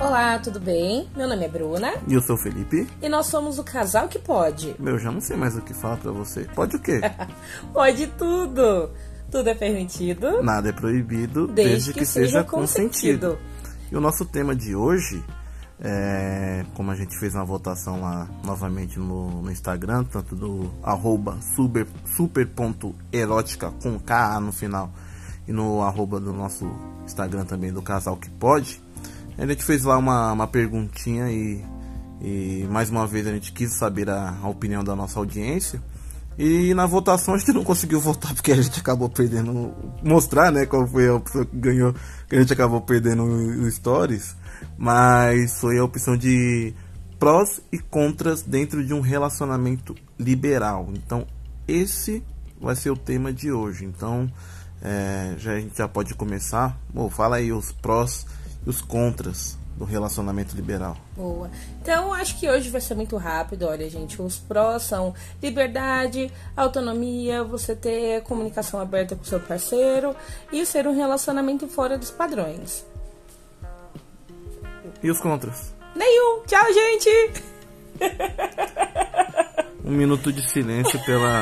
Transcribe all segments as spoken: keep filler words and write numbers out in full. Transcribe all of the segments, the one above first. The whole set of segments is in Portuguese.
Olá, tudo bem? Meu nome é Bruna. E eu sou o Felipe. E nós somos o Casal que Pode. Meu, já não sei mais o que falar pra você. Pode o quê? Pode tudo. Tudo é permitido. Nada é proibido, desde, desde que, que, seja, seja consentido. consentido. E o nosso tema de hoje, é, como a gente fez uma votação lá novamente no, no Instagram, tanto do arroba super, super.erótica com K no final, e no arroba do nosso Instagram também do Casal que Pode, a gente fez lá uma, uma perguntinha e, e mais uma vez a gente quis saber a, a opinião da nossa audiência. E na votação a gente não conseguiu votar porque a gente acabou perdendo, mostrar, né, qual foi a opção que ganhou, que a gente acabou perdendo no Stories, mas foi a opção de prós e contras dentro de um relacionamento liberal. Então esse vai ser o tema de hoje. Então é, já, a gente já pode começar. Bom, fala aí os prós e os contras do relacionamento liberal. Boa. Então, acho que hoje vai ser muito rápido. Olha, gente, os prós são liberdade, autonomia, você ter comunicação aberta com seu parceiro e ser um relacionamento fora dos padrões. E os contras? Nenhum. Tchau, gente! Um minuto de silêncio pela,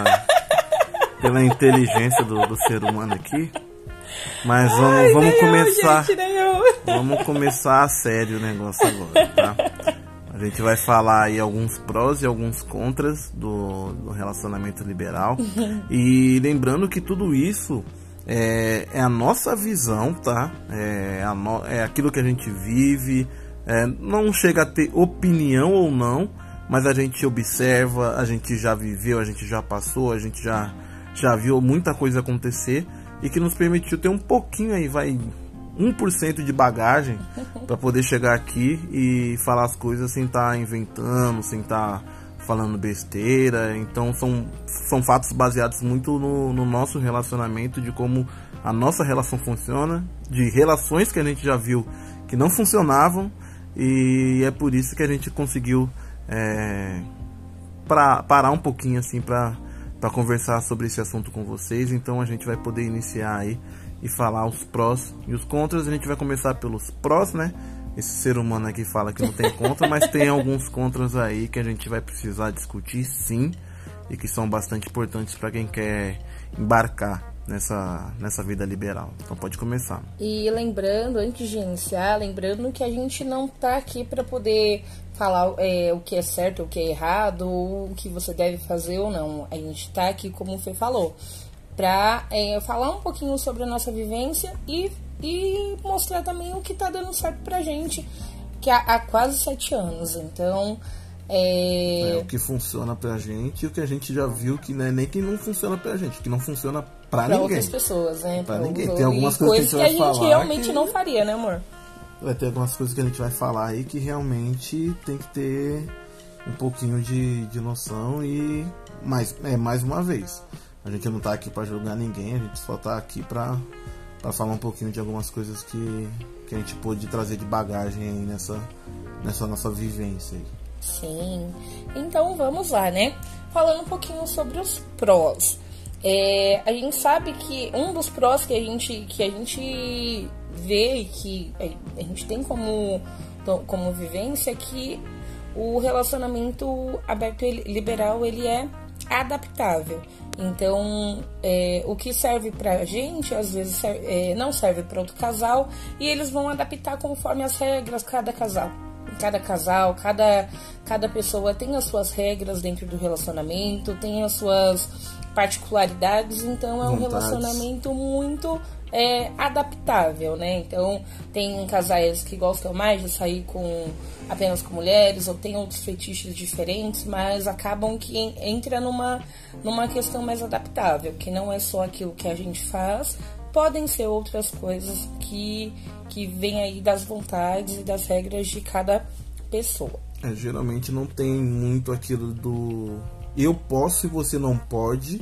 pela inteligência do, do ser humano aqui. Mas vamos, Ai, vamos nenhum, começar. Gente, vamos começar a sério o negócio agora, tá? A gente vai falar aí alguns prós e alguns contras do, do relacionamento liberal. E lembrando que tudo isso é, é a nossa visão, tá? É, a no, é aquilo que a gente vive. É, não chega a ter opinião ou não, mas a gente observa, a gente já viveu, a gente já passou, a gente já, já viu muita coisa acontecer. E que nos permitiu ter um pouquinho aí, vai, um por cento de bagagem para poder chegar aqui e falar as coisas sem estar tá inventando, sem estar tá falando besteira. Então são, são fatos baseados muito no, no nosso relacionamento, de como a nossa relação funciona, de relações que a gente já viu que não funcionavam, e é por isso que a gente conseguiu é, pra, parar um pouquinho assim para para conversar sobre esse assunto com vocês. Então a gente vai poder iniciar aí e falar os prós e os contras. A gente vai começar pelos prós, né? Esse ser humano aqui fala que não tem contra, mas tem alguns contras aí que a gente vai precisar discutir, sim, e que são bastante importantes para quem quer embarcar nessa, nessa vida liberal. Então pode começar. E lembrando, antes de iniciar, lembrando que a gente não tá aqui para poder falar é, o que é certo, o que é errado, ou o que você deve fazer ou não. A gente tá aqui, como o Fê falou, pra é, falar um pouquinho sobre a nossa vivência e, e mostrar também o que tá dando certo pra gente, que há, há quase sete anos. Então, é... é... o que funciona pra gente e o que a gente já viu que não é nem que não funciona pra gente, que não funciona pra, pra ninguém. Pra outras pessoas, né? Pra, pra ninguém. Tem algumas coisas, coisas que a gente, que a gente realmente que... não faria, né, amor? Vai ter algumas coisas que a gente vai falar aí que realmente tem que ter um pouquinho de, de noção. E mais, é, mais uma vez, a gente não tá aqui pra julgar ninguém, a gente só tá aqui pra, pra falar um pouquinho de algumas coisas que, que a gente pôde trazer de bagagem aí nessa, nessa nossa vivência aí. Sim, então vamos lá, né? Falando um pouquinho sobre os prós. É, a gente sabe que um dos prós que a gente, que a gente vê e que a gente tem como, como vivência é que o relacionamento aberto e liberal, ele é adaptável. Então, é, o que serve pra gente, às vezes serve, é, não serve para outro casal, e eles vão adaptar conforme as regras cada casal. Cada casal, cada, cada pessoa tem as suas regras dentro do relacionamento, tem as suas particularidades, então é um Vontades. relacionamento muito é, adaptável, né? Então tem casais que gostam mais de sair com apenas com mulheres, ou tem outros fetiches diferentes, mas acabam que entra numa, numa questão mais adaptável, que não é só aquilo que a gente faz, podem ser outras coisas que, que vêm aí das vontades e das regras de cada pessoa. É, geralmente não tem muito aquilo do eu posso e você não pode,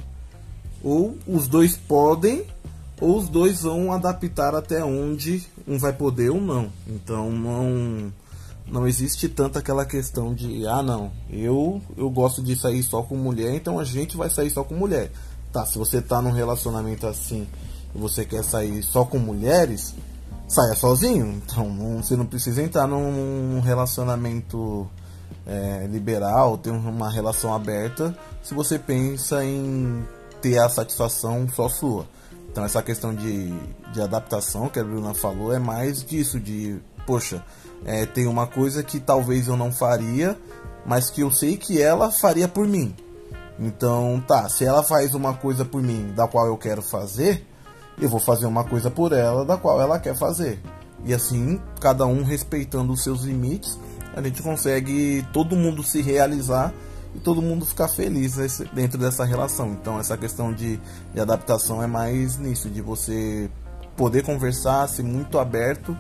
ou os dois podem, ou os dois vão adaptar até onde um vai poder ou não. Então não, não existe tanto aquela questão de ah não, eu, eu gosto de sair só com mulher, então a gente vai sair só com mulher. Tá, se você tá num relacionamento assim e você quer sair só com mulheres, saia sozinho. Então não, você não precisa entrar num relacionamento é, liberal, ter uma relação aberta, se você pensa em ter a satisfação só sua. Então essa questão de, de adaptação que a Bruna falou é mais disso, de, poxa, é, tem uma coisa que talvez eu não faria, mas que eu sei que ela faria por mim. Então tá, se ela faz uma coisa por mim da qual eu quero fazer, eu vou fazer uma coisa por ela da qual ela quer fazer. E assim, cada um respeitando os seus limites, a gente consegue todo mundo se realizar e todo mundo ficar feliz dentro dessa relação. Então essa questão de, de adaptação é mais nisso, de você poder conversar, ser muito aberto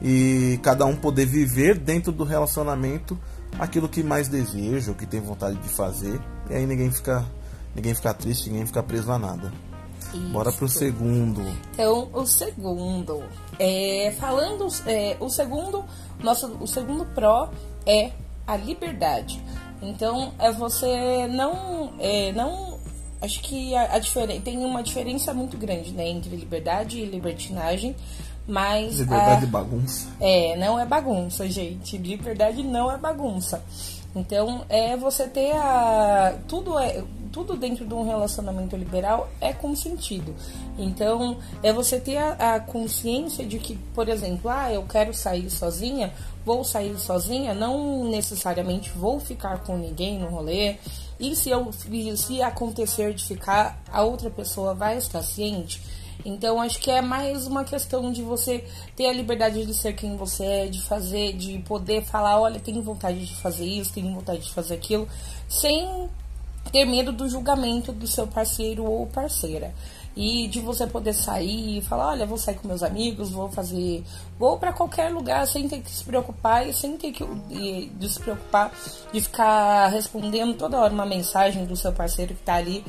e cada um poder viver dentro do relacionamento aquilo que mais deseja, o que tem vontade de fazer, e aí ninguém fica, ninguém fica triste, ninguém fica preso a nada. Isso. Bora pro segundo. Então, o segundo, é, falando, é, o segundo, nosso, o segundo pró é a liberdade. Então, é você não, é, não, acho que a, a diferença, tem uma diferença muito grande, né, entre liberdade e libertinagem. Mas liberdade a, é bagunça. É, não é bagunça, gente. Liberdade não é bagunça. Então, é você ter a... Tudo, é, tudo dentro de um relacionamento liberal é consentido. Então, é você ter a, a consciência de que, por exemplo, ah, eu quero sair sozinha, vou sair sozinha, não necessariamente vou ficar com ninguém no rolê. E se, eu, se acontecer de ficar, a outra pessoa vai estar ciente. Então, acho que é mais uma questão de você ter a liberdade de ser quem você é, de fazer, de poder falar, olha, tenho vontade de fazer isso, tenho vontade de fazer aquilo, sem ter medo do julgamento do seu parceiro ou parceira. E de você poder sair e falar, olha, vou sair com meus amigos, vou fazer... Vou pra qualquer lugar sem ter que se preocupar e sem ter que de, de se preocupar de ficar respondendo toda hora uma mensagem do seu parceiro que tá ali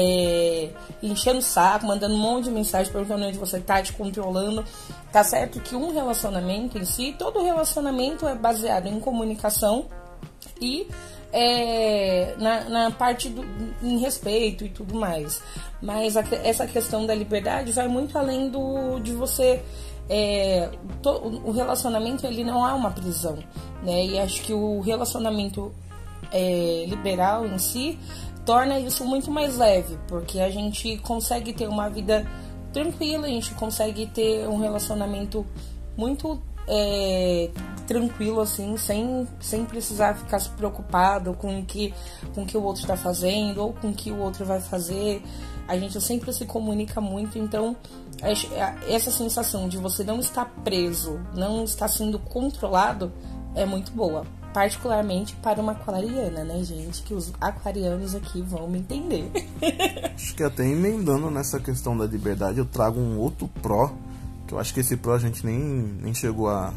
é, enchendo o saco, mandando um monte de mensagem perguntando onde você tá, te controlando. Tá certo que um relacionamento em si, todo relacionamento é baseado em comunicação e... É, na, na parte do em respeito e tudo mais, mas a, essa questão da liberdade vai muito além do de você é, to, o relacionamento ele não é uma prisão, né? E acho que o relacionamento é, liberal em si torna isso muito mais leve, porque a gente consegue ter uma vida tranquila, a gente consegue ter um relacionamento muito É, tranquilo assim, sem, sem precisar ficar se preocupado com o que, com o que o outro está fazendo ou com o que o outro vai fazer. A gente sempre se comunica muito, então essa sensação de você não estar preso, não estar sendo controlado é muito boa, particularmente para uma aquariana, né, gente? Que os aquarianos aqui vão me entender. Acho que até emendando nessa questão da liberdade, eu trago um outro pró, que eu acho que esse pró a gente nem, nem chegou a,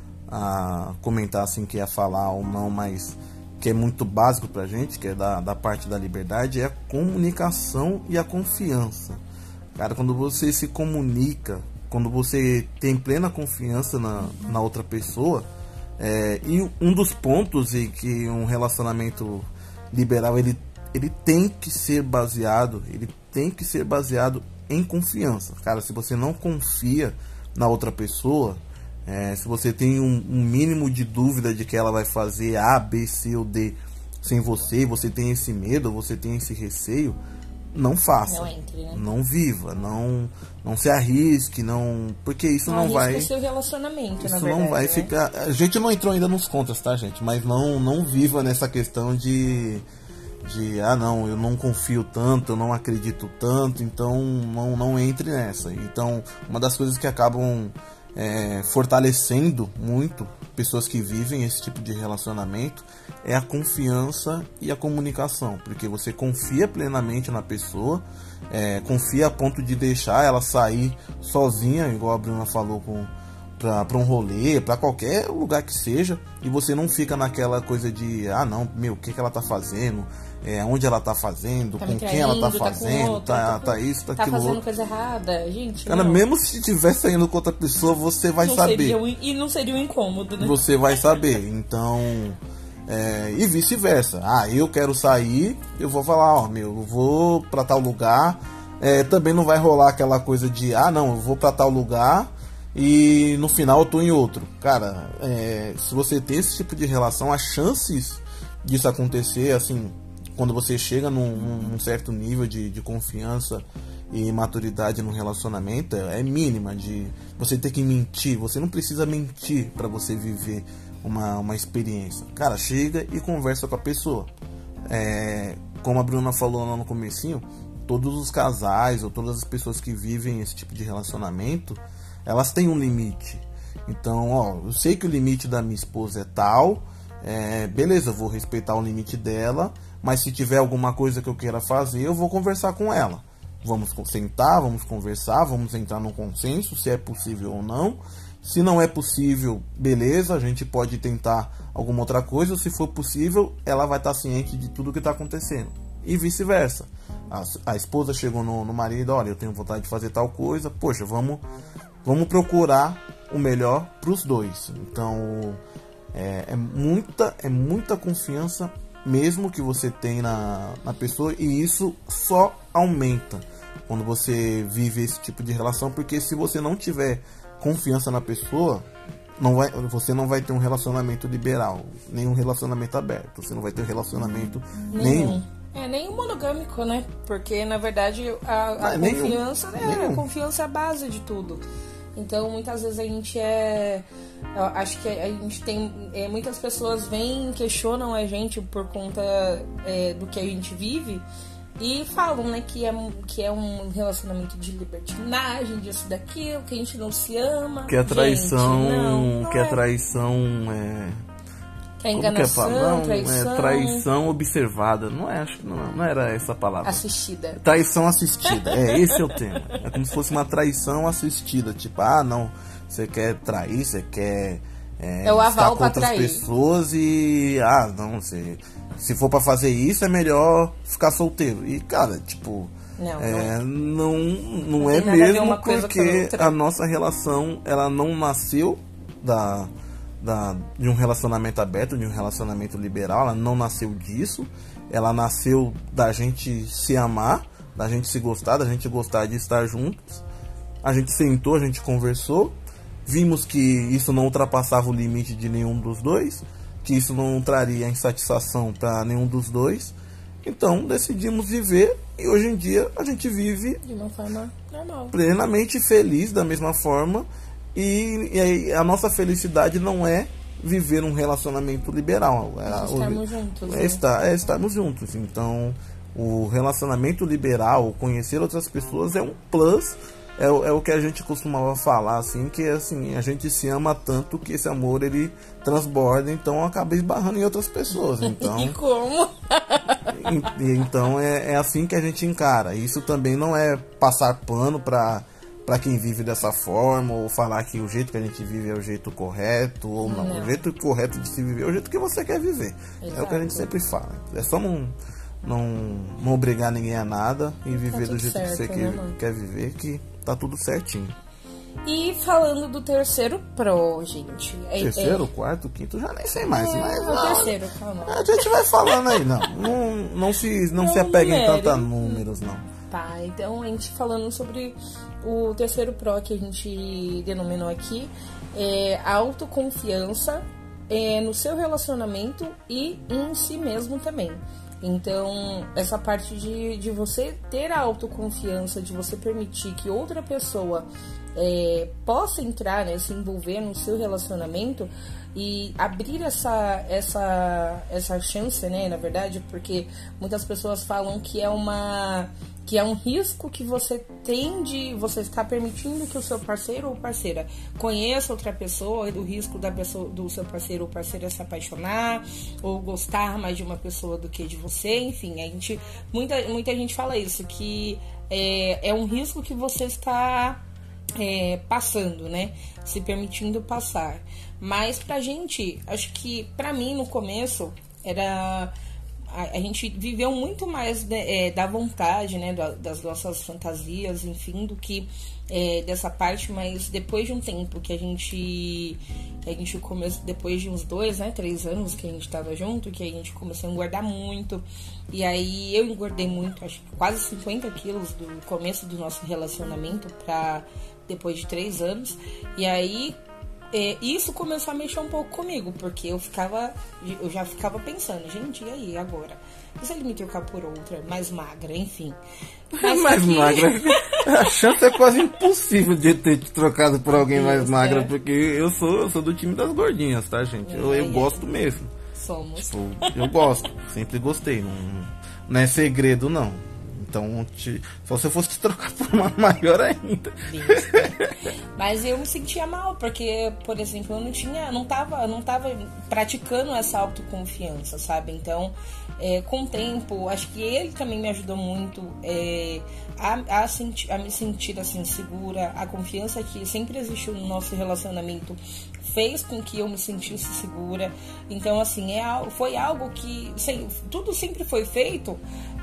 a comentar assim, que ia falar ou não, mas que é muito básico pra gente, que é da, da parte da liberdade, é a comunicação e a confiança. Cara, quando você se comunica, quando você tem plena confiança na, na outra pessoa, é, e um dos pontos em que um relacionamento liberal ele, ele tem que ser baseado, ele tem que ser baseado em confiança. Cara, se você não confia na outra pessoa, é, se você tem um, um mínimo de dúvida de que ela vai fazer A, B, C ou D sem você, e você tem esse medo, você tem esse receio, não faça, não, entre, né? Não viva, não, não se arrisque, não, porque isso não, não vai, o seu relacionamento, isso na verdade, não vai né? ficar. A gente não entrou ainda nos contras, tá, gente? Mas não, não viva nessa questão de de ah não, eu não confio tanto, eu não acredito tanto, então não, não entre nessa. Então, uma das coisas que acabam é, fortalecendo muito pessoas que vivem esse tipo de relacionamento é a confiança e a comunicação, porque você confia plenamente na pessoa, é, confia a ponto de deixar ela sair sozinha, igual a Bruna falou, com para um rolê, para qualquer lugar que seja, e você não fica naquela coisa de ah não, meu, o que, que ela tá fazendo, é, onde ela tá fazendo, tá com traindo, quem ela tá tá fazendo, outro, tá, tá, tá isso, tá, tá aquilo fazendo outro. coisa errada, gente. Cara, não. mesmo se estiver saindo com outra pessoa, você vai não saber. Seria um, e não seria um incômodo, né? Você vai saber, então... É, e vice-versa. Ah, eu quero sair, eu vou falar, ó, meu, eu vou pra tal lugar. É, também não vai rolar aquela coisa de, ah, não, eu vou pra tal lugar e no final eu tô em outro. Cara, é, se você tem esse tipo de relação, as chances disso acontecer, assim, quando você chega num, num certo nível de, de confiança e maturidade no relacionamento, é mínima. De você ter que mentir, você não precisa mentir para você viver uma, uma experiência. Cara, chega e conversa com a pessoa. É, como a Bruna falou lá no comecinho, todos os casais ou todas as pessoas que vivem esse tipo de relacionamento, elas têm um limite. Então, ó, eu sei que o limite da minha esposa é tal, é, beleza, eu vou respeitar o limite dela, mas se tiver alguma coisa que eu queira fazer, eu vou conversar com ela. Vamos sentar, vamos conversar, vamos entrar num consenso, se é possível ou não. Se não é possível, beleza, a gente pode tentar alguma outra coisa. Se for possível, ela vai estar ciente de tudo que está acontecendo. E vice-versa. A, a esposa chegou no, no marido, olha, eu tenho vontade de fazer tal coisa, poxa, vamos, vamos procurar o melhor para os dois. Então, é, é, muita, é muita confiança mesmo que você tem na, na pessoa, e isso só aumenta quando você vive esse tipo de relação, porque se você não tiver confiança na pessoa, não vai, você não vai ter um relacionamento liberal, nem um relacionamento aberto, você não vai ter um relacionamento nenhum. nenhum. É, nem um monogâmico, né? Porque, na verdade, a, a não, confiança nenhum, é, nenhum. a confiança é a base de tudo. Então, muitas vezes a gente é... Eu acho que a gente tem... É, muitas pessoas vêm, questionam a gente por conta é, do que a gente vive e falam, né, que é, que é um relacionamento de libertinagem, disso, daquilo, que a gente não se ama. Que a traição... Gente, não, não que é. a traição é... Que a enganação, que é não, traição... É traição observada. Não é, acho que não, não era essa a palavra. Assistida. Traição assistida. É, esse é o tema. É como se fosse uma traição assistida. Tipo, ah, não, você quer trair, você quer é, é o aval estar com pra outras trair. pessoas e... Ah, não, você, se for pra fazer isso, é melhor ficar solteiro. E, cara, tipo... Não, é, não, não, não é tem nada a ver mesmo uma coisa com a porque outra. a nossa relação, ela não nasceu da... Da, de um relacionamento aberto, de um relacionamento liberal. Ela não nasceu disso. Ela nasceu da gente se amar, da gente se gostar, da gente gostar de estar juntos. A gente sentou, a gente conversou, vimos que isso não ultrapassava o limite de nenhum dos dois, que isso não traria insatisfação para nenhum dos dois. Então decidimos viver, e hoje em dia a gente vive de uma forma normal, plenamente feliz da mesma forma. E, e a nossa felicidade não é viver um relacionamento liberal. É, é estarmos o, juntos. É, né? estar, é estarmos juntos. Então, o relacionamento liberal, conhecer outras pessoas é um plus. É, é o que a gente costumava falar, assim, que assim, a gente se ama tanto que esse amor ele transborda, então acaba esbarrando em outras pessoas. Então, e como? e, então é, é assim que a gente encara. Isso também não é passar pano para para quem vive dessa forma, ou falar que o jeito que a gente vive é o jeito correto, ou não. não. O jeito correto de se viver é o jeito que você quer viver. Exato. É o que a gente sempre fala. É só não, não, não obrigar ninguém a nada e viver tá do jeito certo, que você quer, né, quer viver, que tá tudo certinho. E falando do terceiro pro, gente. É, terceiro, é... quarto, quinto, já nem sei mais. É, mas, o não, terceiro, calma. A gente vai falando aí, não. Não, não se, não não se apeguem numere. tanto a números, não. Tá, então a gente falando sobre o terceiro pro que a gente denominou aqui, é autoconfiança é, no seu relacionamento e em si mesmo também. Então, essa parte de, de você ter a autoconfiança, de você permitir que outra pessoa é, possa entrar, né, se envolver no seu relacionamento e abrir essa, essa, essa chance, né, na verdade, porque muitas pessoas falam que é uma... que é um risco que você tem de você estar permitindo que o seu parceiro ou parceira conheça outra pessoa, e do risco da pessoa, do seu parceiro ou parceira se apaixonar ou gostar mais de uma pessoa do que de você. Enfim, a gente, muita, muita gente fala isso, que é, é um risco que você está é, passando, né? Se permitindo passar. Mas pra gente, acho que pra mim no começo era... a, a gente viveu muito mais né, é, da vontade, né, da, das nossas fantasias, enfim, do que é, dessa parte, mas depois de um tempo que a gente, que a gente começou, depois de uns dois, né, três anos que a gente tava junto, que a gente começou a engordar muito, e aí eu engordei muito, acho que quase cinquenta quilos do começo do nosso relacionamento pra depois de três anos, e aí É, isso começou a mexer um pouco comigo, porque eu ficava, eu já ficava pensando, gente, e aí, agora? E se ele me trocar por outra, mais magra, enfim. Mas mais aqui... magra? A chance é quase impossível de ter te trocado por alguém Deus, mais magra, é. porque eu sou, eu sou do time das gordinhas, tá, gente? É, eu eu é. gosto mesmo. Somos. Tipo, eu gosto, sempre gostei, não, não é segredo, não. Então, te, só se eu fosse te trocar por uma maior ainda. Isso, né? Mas eu me sentia mal, porque, por exemplo, eu não tinha, não tava, não tava praticando essa autoconfiança, sabe? Então, é, com o tempo, acho que ele também me ajudou muito é, a, a, senti, a me sentir assim, segura. A confiança que sempre existiu no nosso relacionamento fez com que eu me sentisse segura. Então, assim, é, foi algo que sem, tudo sempre foi feito,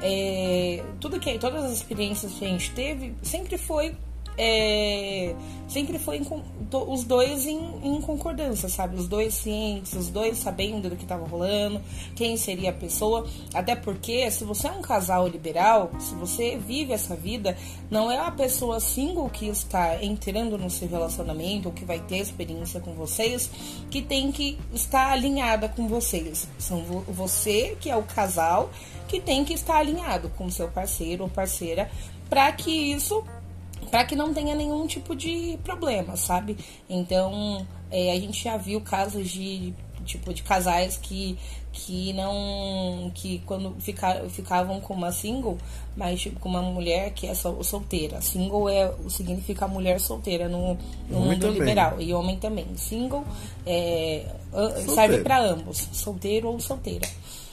é, tudo que, todas as experiências que a gente teve sempre foi É, sempre foi em, os dois em, em concordância, sabe? Os dois cientes, os dois sabendo do que estava rolando, quem seria a pessoa. Até porque, se você é um casal liberal, se você vive essa vida, não é a pessoa single que está entrando no seu relacionamento ou que vai ter experiência com vocês que tem que estar alinhada com vocês. São você, que é o casal, que tem que estar alinhado com o seu parceiro ou parceira para que isso para que não tenha nenhum tipo de problema, sabe? Então, é, a gente já viu casos de, tipo, de casais que, que não... que quando fica, ficavam com uma single, mas tipo, com uma mulher que é sol, solteira. Single é, significa mulher solteira no, no mundo também. Liberal. E homem também. Single é, serve para ambos, solteiro ou solteira.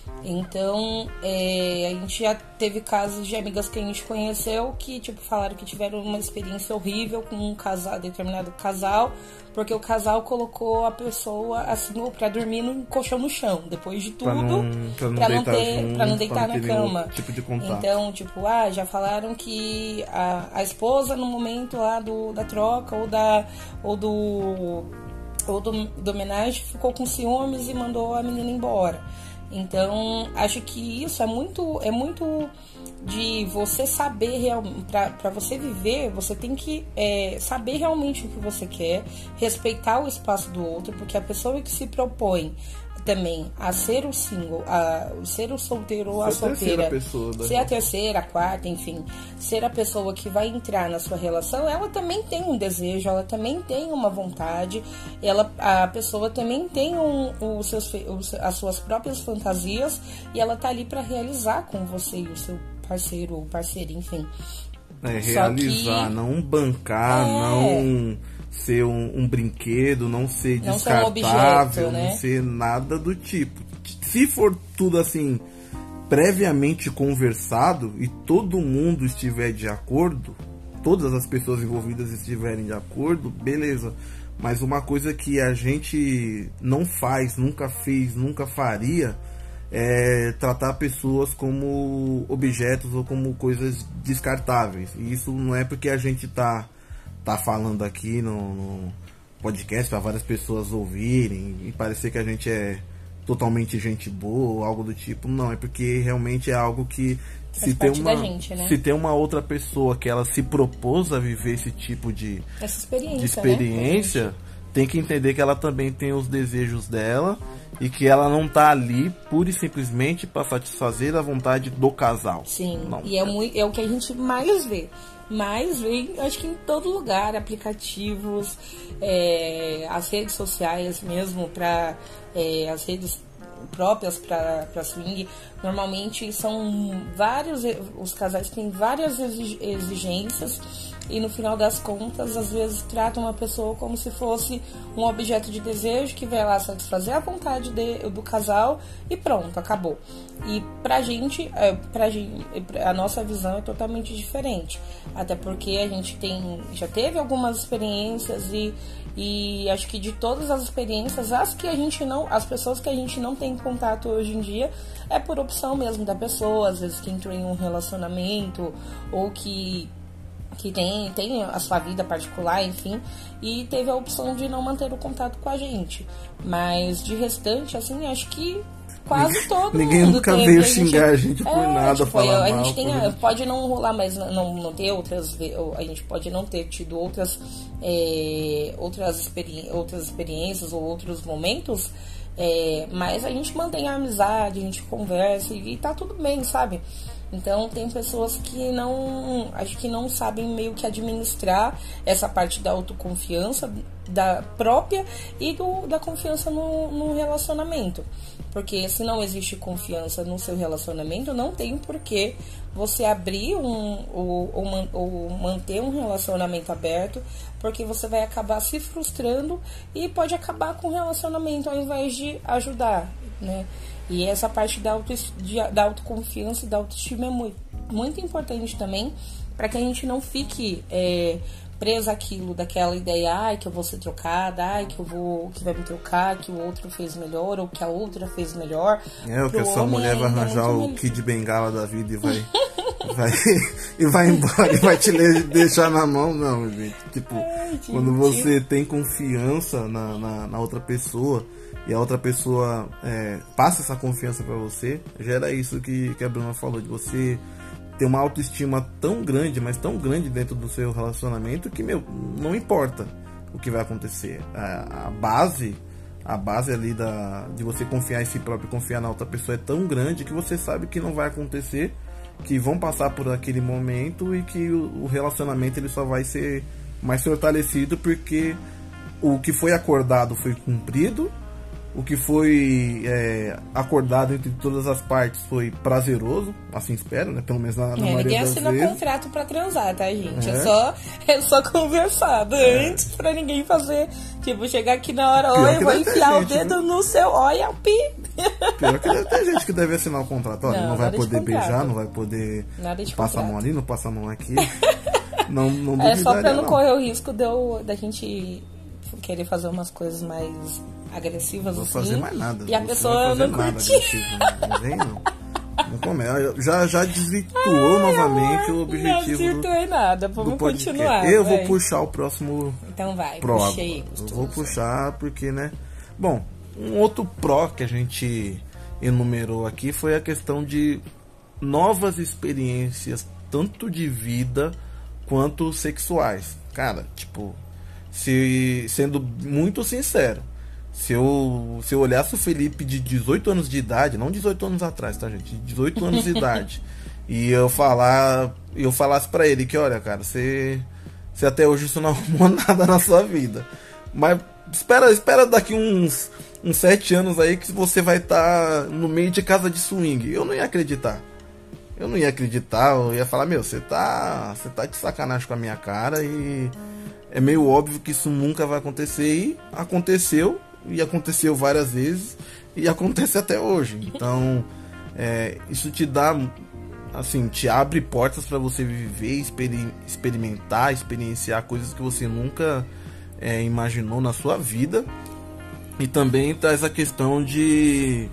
Então, é, a gente já teve casos de amigas que a gente conheceu que, tipo, falaram que tiveram uma experiência horrível com um casal, determinado casal, porque o casal colocou a pessoa, assim, pra dormir no colchão no chão, depois de tudo, pra não, pra não, pra não, ter, junto, pra não deitar pra não na cama. Tipo de contato. Então, tipo, ah, já falaram que a, a esposa, no momento lá do, da troca ou da... ou do... ou do, do homenagem, ficou com ciúmes e mandou a menina embora. Então, acho que isso é muito, é muito de você saber realmente, para você viver, você tem que é, saber realmente o que você quer, respeitar o espaço do outro, porque a pessoa que se propõe também a ser o single, a ser o solteiro ou a solteira, ser a terceira, a quarta, enfim, ser a pessoa que vai entrar na sua relação, ela também tem um desejo, ela também tem uma vontade, ela, a pessoa também tem um, os seus, os, as suas próprias fantasias e ela tá ali para realizar com você e o seu parceiro ou parceira, enfim. É, realizar, que, não bancar, é, não... ser um, um brinquedo, não ser não descartável, ser um objeto, né? Não ser nada do tipo. Se for tudo assim, previamente conversado e todo mundo estiver de acordo, todas as pessoas envolvidas estiverem de acordo, beleza. Mas uma coisa que a gente não faz, nunca fez, nunca faria, é tratar pessoas como objetos ou como coisas descartáveis. E isso não é porque a gente tá tá falando aqui no, no podcast para várias pessoas ouvirem e parecer que a gente é totalmente gente boa ou algo do tipo. Não, é porque realmente é algo que se tem, uma, gente, né? se tem uma outra pessoa que ela se propôs a viver esse tipo de Essa experiência, de experiência né? Tem que entender que ela também tem os desejos dela e que ela não tá ali pura e simplesmente para satisfazer a vontade do casal. Sim, não, e é, muito, é o que a gente mais vê. Mas vem, acho que em todo lugar, aplicativos, é, as redes sociais mesmo, para é, as redes próprias para swing, normalmente são vários, os casais têm várias exigências e no final das contas, às vezes tratam uma pessoa como se fosse um objeto de desejo que vai lá satisfazer a vontade de, do casal e pronto, acabou. E pra gente, pra gente, a nossa visão é totalmente diferente, até porque a gente tem, já teve algumas experiências e, e acho que de todas as experiências, as que a gente não, as pessoas que a gente não tem contato hoje em dia, é por opção mesmo da pessoa, às vezes que entrou em um relacionamento ou que que tem, tem a sua vida particular, enfim, e teve a opção de não manter o contato com a gente. Mas de restante, assim, acho que quase todo Ninguém mundo nunca teve, veio a gente, xingar a gente por é, nada, tipo, falar a mal. gente tem, por... pode não rolar, mas não, não ter outras, a gente pode não ter tido outras, é, outras, experi outras experiências ou outros momentos, é, mas a gente mantém a amizade, a gente conversa e, e tá tudo bem, sabe? Então tem pessoas que não, acho que não sabem meio que administrar essa parte da autoconfiança da própria e do, da confiança no, no relacionamento. Porque se não existe confiança no seu relacionamento, não tem porquê você abrir um, ou, ou, ou manter um relacionamento aberto, porque você vai acabar se frustrando e pode acabar com o relacionamento ao invés de ajudar, né? E essa parte da, auto, de, da autoconfiança e da autoestima é muito, muito importante também, para que a gente não fique é, preso àquilo, daquela ideia, ai, que eu vou ser trocada, ai, que eu vou, que vai me trocar, que o outro fez melhor, ou que a outra fez melhor. É, ou que essa mulher vai arranjar o Kid Bengala da vida e vai, vai, e vai embora e vai te deixar na mão, não, gente. Tipo, ai, gente. Quando você tem confiança na, na, na outra pessoa, e a outra pessoa é, passa essa confiança pra você, gera isso que, que a Bruna falou, de você ter uma autoestima tão grande, mas tão grande dentro do seu relacionamento, que, meu, não importa o que vai acontecer. A, a base, a base ali da, de você confiar em si próprio e confiar na outra pessoa é tão grande que você sabe que não vai acontecer, que vão passar por aquele momento e que o, o relacionamento ele só vai ser mais fortalecido porque o que foi acordado foi cumprido. O que foi é, acordado entre todas as partes foi prazeroso, assim espero, né? Pelo menos na, na é, maioria ninguém das assina vezes. contrato pra transar, tá, gente? É, é só, é só conversado é. antes pra ninguém fazer, tipo, chegar aqui na hora, olha, eu vou enfiar gente, o dedo viu? no seu, olha o pi. Pior que deve ter gente que deve assinar o contrato, olha, não, não vai poder beijar, não vai poder passar a mão ali, não passa a mão aqui. não, não é só pra não, não correr o risco de eu, da gente querer fazer umas coisas mais agressivas, não assim, vou fazer mais nada. E a pessoa não, não curte. Não vem, não. Não come. Já, já desvirtuou Ai, novamente amor, o objetivo. Não desvirtuei do, nada, vamos continuar. Eu vai. vou puxar o próximo. Então vai, pró. puxa aí. Eu vou puxar porque, né? Bom, um outro pró que a gente enumerou aqui foi a questão de novas experiências, tanto de vida quanto sexuais. Cara, tipo, se, sendo muito sincero, se eu, se eu olhasse o Felipe de dezoito anos de idade, não dezoito anos atrás, tá, gente? dezoito anos de idade, e eu falar, eu falasse pra ele que, olha, cara, você, você até hoje isso não arrumou nada na sua vida, mas espera, espera daqui uns, uns sete anos aí que você vai estar tá no meio de casa de swing. Eu não ia acreditar. Eu não ia acreditar, eu ia falar, meu, você tá, você tá de sacanagem com a minha cara e é meio óbvio que isso nunca vai acontecer. E aconteceu, e aconteceu várias vezes, e acontece até hoje. Então, é, isso te dá, assim, te abre portas para você viver, experi- experimentar, experienciar coisas que você nunca é, imaginou na sua vida. E também traz a questão de...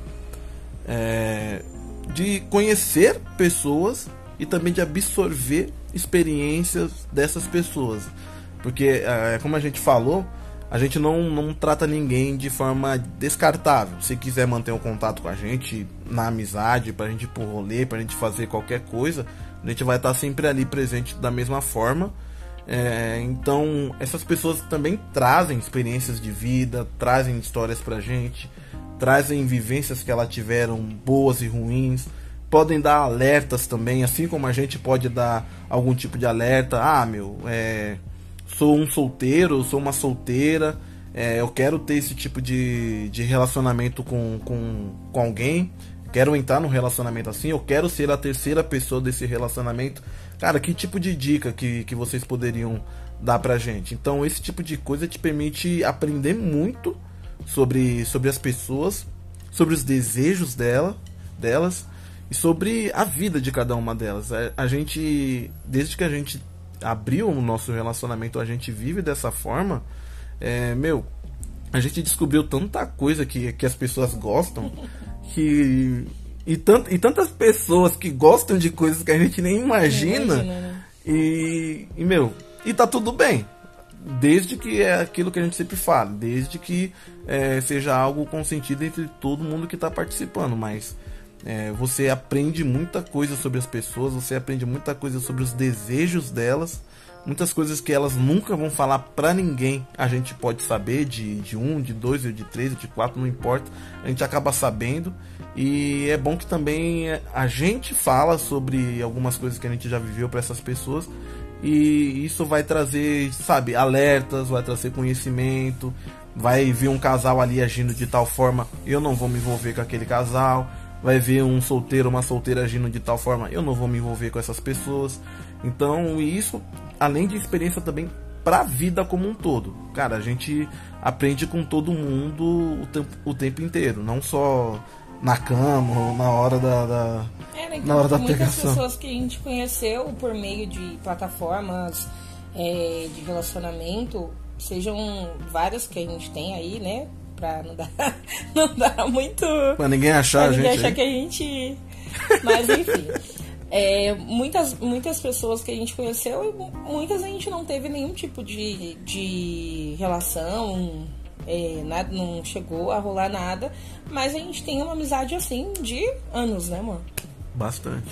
É, de conhecer pessoas e também de absorver experiências dessas pessoas, porque é, como a gente falou, a gente não, não trata ninguém de forma descartável. Se quiser manter um contato com a gente na amizade, pra gente ir pro rolê, pra gente fazer qualquer coisa, a gente vai estar sempre ali presente da mesma forma. É, então essas pessoas também trazem experiências de vida, trazem histórias pra gente, trazem vivências que elas tiveram, boas e ruins, podem dar alertas também, assim como a gente pode dar algum tipo de alerta. Ah, meu, é, sou um solteiro, sou uma solteira, é, eu quero ter esse tipo de, de relacionamento com, com, com alguém, quero entrar num relacionamento assim, eu quero ser a terceira pessoa desse relacionamento. Cara, que tipo de dica que, que vocês poderiam dar pra gente? Então, esse tipo de coisa te permite aprender muito sobre, sobre as pessoas, sobre os desejos dela, delas e sobre a vida de cada uma delas. A, a gente, desde que a gente abriu o nosso relacionamento, a gente vive dessa forma, é, meu, a gente descobriu tanta coisa que, que as pessoas gostam, que e, tant, e tantas pessoas que gostam de coisas que a gente nem imagina, imagina né? e, e meu, e tá tudo bem, desde que é aquilo que a gente sempre fala, desde que é, seja algo consentido entre todo mundo que está participando, mas é, você aprende muita coisa sobre as pessoas, você aprende muita coisa sobre os desejos delas, muitas coisas que elas nunca vão falar pra ninguém, a gente pode saber de, de um, de dois, de três, de quatro, não importa, a gente acaba sabendo. E é bom que também a gente fala sobre algumas coisas que a gente já viveu para essas pessoas, e isso vai trazer, sabe, alertas, vai trazer conhecimento, vai ver um casal ali agindo de tal forma, eu não vou me envolver com aquele casal, vai ver um solteiro, uma solteira agindo de tal forma, eu não vou me envolver com essas pessoas. Então isso, além de experiência também pra vida como um todo. Cara, a gente aprende com todo mundo o tempo, o tempo inteiro, não só na cama ou na hora da, da é, né, na hora da muitas pegação. Pessoas que a gente conheceu por meio de plataformas é, de relacionamento, sejam várias que a gente tem aí, né, pra não dar, não dar muito pra ninguém achar, pra ninguém a gente achar que a gente, mas enfim, é, muitas, muitas pessoas que a gente conheceu e muitas a gente não teve nenhum tipo de, de relação, é, nada, não chegou a rolar nada, mas a gente tem uma amizade assim de anos, né, amor? Bastante.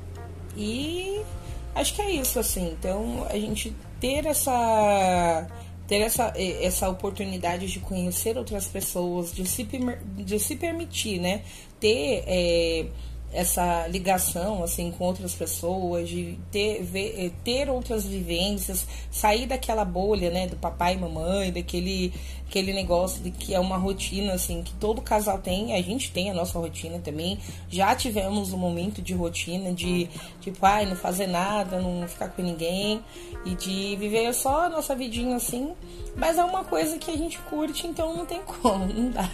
E acho que é isso, assim. Então a gente ter essa ter essa, essa oportunidade de conhecer outras pessoas, de se, de se permitir, né, ter é, essa ligação assim com outras pessoas, de ter, ver, ter outras vivências, sair daquela bolha, né, do papai e mamãe, daquele aquele negócio de que é uma rotina assim que todo casal tem, a gente tem a nossa rotina também, já tivemos um momento de rotina de tipo, ai, não fazer nada, não ficar com ninguém e de viver só a nossa vidinha assim, mas é uma coisa que a gente curte, então não tem como, não dá.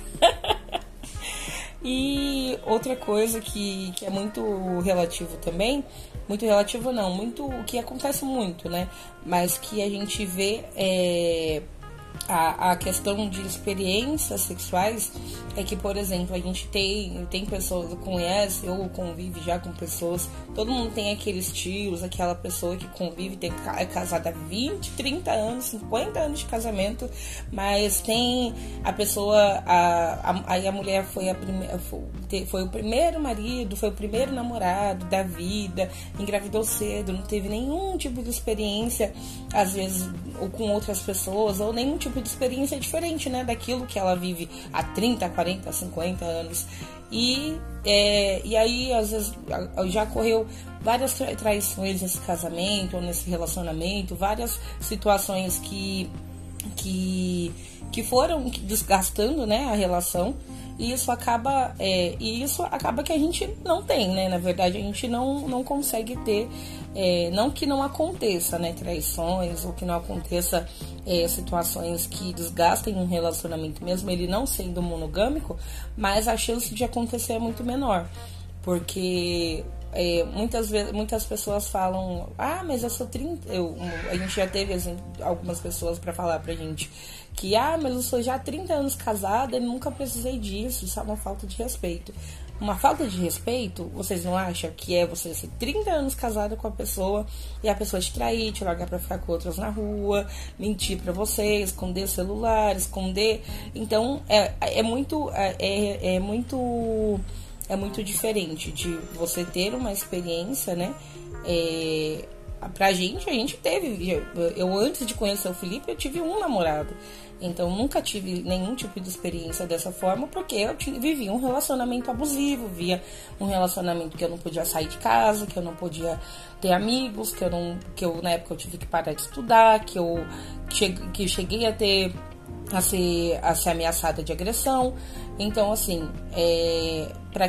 E outra coisa que, que é muito relativo também, muito relativo não, muito, o que acontece muito, né, mas que a gente vê é, a, a questão de experiências sexuais, é que, por exemplo, a gente tem, tem pessoas, conhece ou convive já com pessoas, todo mundo tem aqueles tios, aquela pessoa que convive, tem, é casada há vinte, trinta anos, cinquenta anos de casamento, mas tem a pessoa, a, a, aí a mulher foi, a prime, foi, foi o primeiro marido, foi o primeiro namorado da vida, engravidou cedo, não teve nenhum tipo de experiência, às vezes, ou com outras pessoas, ou nenhum tipo de experiência diferente, né, daquilo que ela vive há trinta, quarenta, cinquenta anos. E, é, e aí, às vezes, já ocorreu várias tra- traições nesse casamento, ou nesse relacionamento, várias situações que, que, que foram desgastando, né, a relação. E isso acaba, é, e isso acaba que a gente não tem, né? Na verdade, a gente não, não consegue ter, é, não que não aconteça, né, traições, ou que não aconteça é, situações que desgastem um relacionamento, mesmo ele não sendo monogâmico, mas a chance de acontecer é muito menor. Porque é, muitas vezes, muitas pessoas falam, ah, mas eu sou trinta, eu, a gente já teve assim, algumas pessoas para falar pra gente que, ah, mas eu sou já trinta anos casada e nunca precisei disso, isso é uma falta de respeito. Uma falta de respeito, vocês não acham que é você ser trinta anos casada com a pessoa e a pessoa te trair, te largar pra ficar com outras na rua, mentir pra você, esconder celular, esconder... Então, é, é muito... É, é muito... É muito diferente de você ter uma experiência, né? É, pra gente, a gente teve... Eu, eu, antes de conhecer o Felipe, eu tive um namorado. Então, nunca tive nenhum tipo de experiência dessa forma, porque eu tinha, vivia um relacionamento abusivo, via um relacionamento que eu não podia sair de casa, que eu não podia ter amigos, que eu, não, que eu na época, eu tive que parar de estudar, que eu, que eu cheguei a ter... A ser, a ser ameaçada de agressão. Então, assim, é, pra,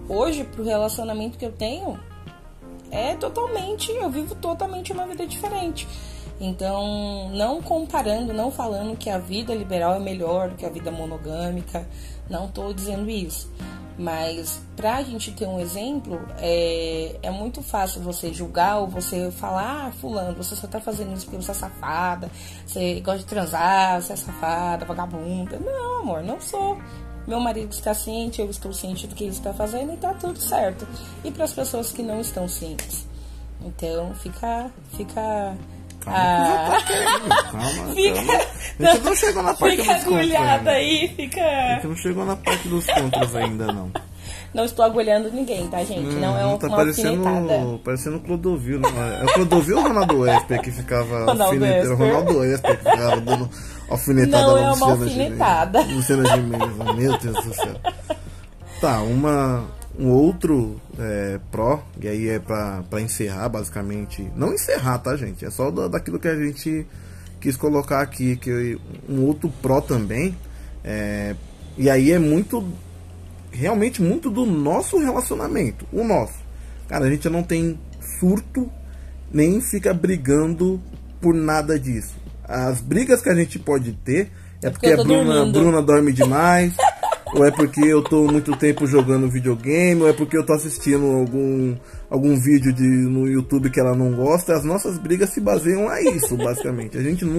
hoje, pro relacionamento que eu tenho, é totalmente, eu vivo totalmente uma vida diferente. Então, não comparando, não falando que a vida liberal é melhor do que a vida monogâmica, não tô dizendo isso. Mas pra gente ter um exemplo, é, é muito fácil você julgar ou você falar, ah, fulano, você só tá fazendo isso porque você é safada, você gosta de transar, você é safada, vagabunda. Não, amor, não sou. Meu marido está ciente, eu estou ciente do que ele está fazendo e tá tudo certo. E para as pessoas que não estão cientes. Então, fica... fica Calma, ah, calma, fica, calma. A gente não chegou na parte fica dos contras agulhada ainda. aí, fica... A gente não chegou na parte dos contras ainda, não. Não estou agulhando ninguém, tá, gente? Não, não é uma, tá uma parecendo, alfinetada. parecendo o Clodovil, não é? É o Clodovil ou o Ronaldo Esper que ficava Ronaldo alfinetando? Esper. Ronaldo Esper que ficava dando alfinetada Não na é uma Luciana alfinetada. Gimenez. Luciana Gimenez, meu Deus do céu. Tá, uma, um outro é, pró, e aí é pra, pra encerrar, basicamente. Não encerrar, tá, gente? É só da, daquilo que a gente quis colocar aqui, que um outro pró também, é, e aí é muito... realmente muito do nosso relacionamento, o nosso. Cara, a gente não tem surto, nem fica brigando por nada disso. As brigas que a gente pode ter é porque a Bruna, Bruna dorme demais, ou é porque eu tô muito tempo jogando videogame, ou é porque eu tô assistindo algum, algum vídeo de, no YouTube que ela não gosta. As nossas brigas se baseiam a isso, basicamente. A gente não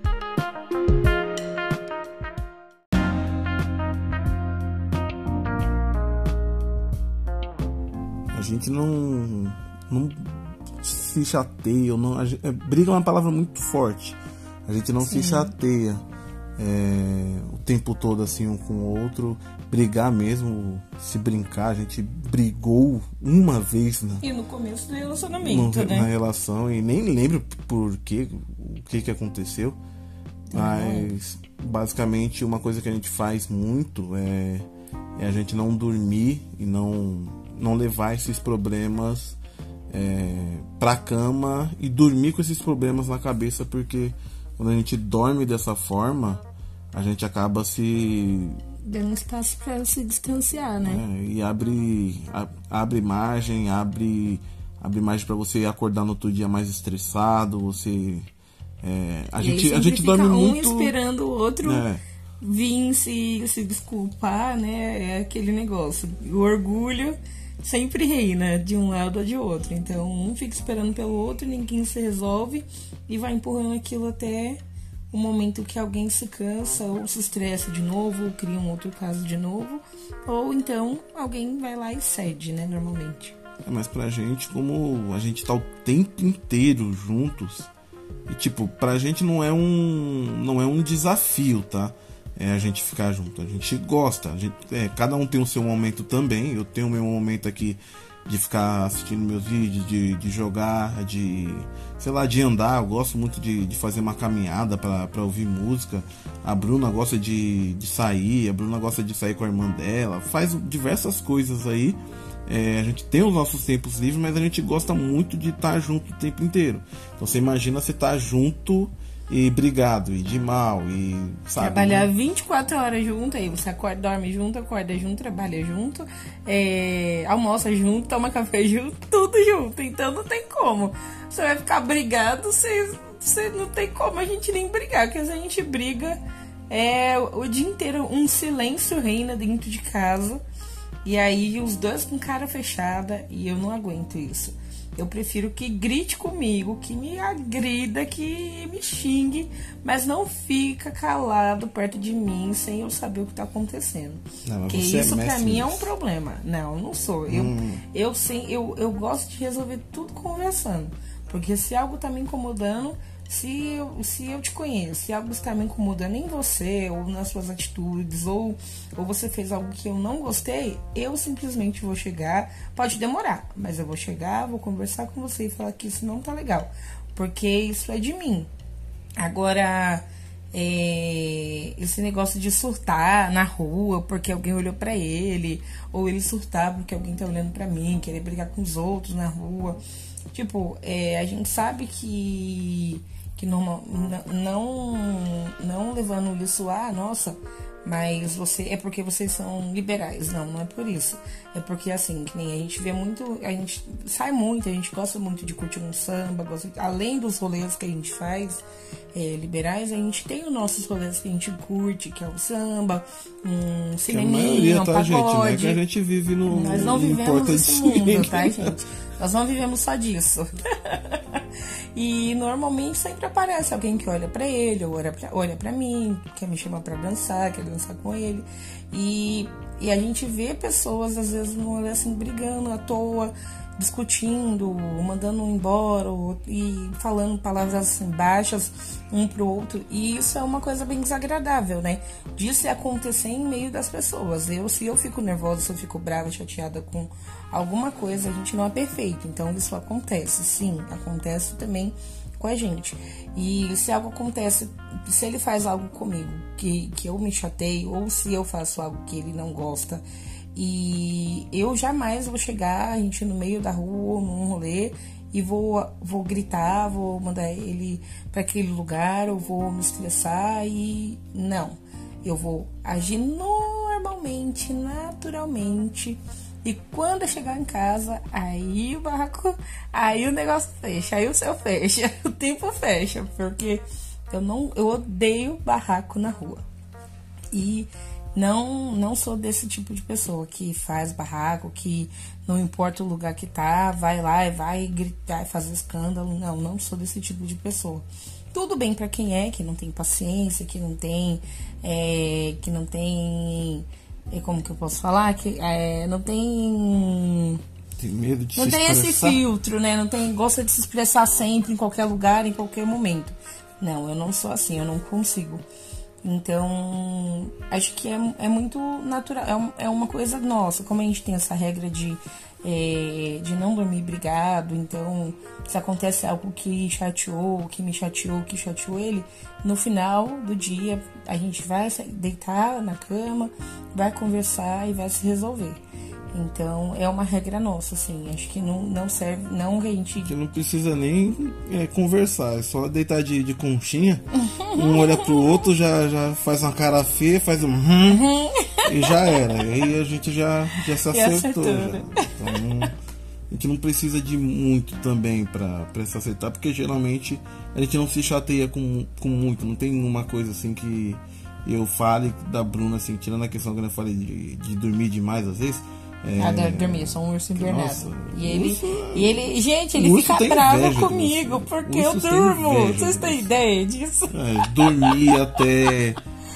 A gente não, não se chateia, não, a gente, é, briga é uma palavra muito forte. A gente não Sim. se chateia é, o tempo todo assim um com o outro. Brigar mesmo, se brincar, a gente brigou uma vez na, e no começo do relacionamento, no, né? na relação, e nem lembro por quê, o que que aconteceu. Mas basicamente uma coisa que a gente faz muito é, é a gente não dormir e não não levar esses problemas é, pra cama e dormir com esses problemas na cabeça, porque quando a gente dorme dessa forma, a gente acaba se... dando espaço pra se distanciar, né? É, e abre, a, abre margem, abre, abre margem pra você acordar no outro dia mais estressado, você... É, a, gente, a gente dorme um muito... esperando o outro... É. vir se, se desculpar, né? É aquele negócio. O orgulho sempre reina de um lado ou de outro. Então, um fica esperando pelo outro, ninguém se resolve e vai empurrando aquilo até o momento que alguém se cansa ou se estressa de novo, ou cria um outro caso de novo, ou então alguém vai lá e cede, né? Normalmente. É, mas pra gente, como a gente tá o tempo inteiro juntos, e tipo, pra gente não é um, não é um desafio, tá? É a gente ficar junto, a gente gosta, a gente, é, cada um tem o seu momento também. Eu tenho o meu momento aqui de ficar assistindo meus vídeos, de, de jogar, de, sei lá, de andar. Eu gosto muito de, de fazer uma caminhada pra, pra ouvir música. A Bruna gosta de, de sair, a Bruna gosta de sair com a irmã dela, faz diversas coisas aí. É, a gente tem os nossos tempos livres, mas a gente gosta muito de estar junto o tempo inteiro. Então você imagina você estar junto e brigado, e de mal, e sabe, trabalhar né? vinte e quatro horas junto, aí você acorda, dorme junto, acorda junto, trabalha junto, é, almoça junto, toma café junto, tudo junto. Então não tem como. Você vai ficar brigado, você, você não tem como a gente nem brigar, porque se a gente briga é, o dia inteiro um silêncio reina dentro de casa, e aí os dois com cara fechada, e eu não aguento isso. Eu prefiro que grite comigo, que me agrida, que me xingue, mas não fica calado perto de mim sem eu saber o que tá acontecendo. Não, porque isso é pra mim nisso. É um problema. Não, não sou. Eu, hum. eu, eu, eu, eu gosto de resolver tudo conversando. Porque se algo tá me incomodando, se eu, se eu te conheço, se algo está me incomodando em você, ou nas suas atitudes, ou, ou você fez algo que eu não gostei, eu simplesmente vou chegar, pode demorar, mas eu vou chegar, vou conversar com você e falar que isso não tá legal, porque isso é de mim. Agora, é, esse negócio de surtar na rua porque alguém olhou pra ele, ou ele surtar porque alguém tá olhando pra mim, querer brigar com os outros na rua, tipo, é, a gente sabe que que normal, não, não levando isso, ah, nossa, mas você é porque vocês são liberais. Não, não é por isso. É porque, assim, que nem a gente vê muito, a gente sai muito, a gente gosta muito de curtir um samba, gosta, além dos rolês que a gente faz, é, liberais, a gente tem os nossos rolês que a gente curte, que é o samba, um cineminha, um tá, pagode. Gente, não é que a gente vive no... Nós não vivemos esse mundo, tá, gente? Nós não vivemos só disso. E normalmente sempre aparece alguém que olha pra ele, ou olha pra, olha pra mim, quer me chamar pra dançar, quer dançar com ele. E, e a gente vê pessoas, às vezes, no olhar assim, brigando à toa, discutindo, mandando um embora, ou, e falando palavras assim, baixas um pro outro. E isso é uma coisa bem desagradável, né? Disso acontecer em meio das pessoas. Eu, se eu fico nervosa, se eu fico brava, chateada com alguma coisa, a gente não é perfeito. Então isso acontece, sim, acontece também com a gente. E se algo acontece, se ele faz algo comigo que, que eu me chateio, ou se eu faço algo que ele não gosta, e eu jamais vou chegar, a gente no meio da rua, num rolê, e vou, vou gritar, vou mandar ele para aquele lugar, ou vou me estressar, e não. Eu vou agir normalmente, naturalmente, e quando eu chegar em casa, aí o barraco, aí o negócio fecha, aí o céu fecha, o tempo fecha, porque eu não, eu odeio barraco na rua. E não, não sou desse tipo de pessoa que faz barraco, que não importa o lugar que tá, vai lá e vai gritar e fazer escândalo. Não, não sou desse tipo de pessoa. Tudo bem pra quem é, que não tem paciência, que não tem, é, que não tem, é, como que eu posso falar? Que é, não tem... Tem medo de não se tem expressar. Esse filtro, né? Não tem, gosta de se expressar sempre, em qualquer lugar, em qualquer momento. Não, eu não sou assim, eu não consigo. Então, acho que é, é muito natural, é, um, é uma coisa nossa, como a gente tem essa regra de, é, de não dormir brigado, então, se acontece algo que chateou, que me chateou, que chateou ele, no final do dia, a gente vai deitar na cama, vai conversar e vai se resolver. Então, é uma regra nossa, assim, acho que não, não serve, não que a gente... Que não precisa nem é, conversar, é só deitar de, de conchinha, um olha pro outro, já, já faz uma cara feia, faz um hum, e já era, e aí a gente já, já se acertou. Já. Então, a gente não precisa de muito também pra, pra se acertar, porque geralmente a gente não se chateia com, com muito, não tem uma coisa assim que eu fale da Bruna, assim, tirando a questão que eu falei de, de dormir demais às vezes. É... Ah, dormir, eu sou um urso invernado. E ele, urso, e ele, gente, ele fica bravo comigo porque eu durmo. Vocês têm ideia disso? É, dormir até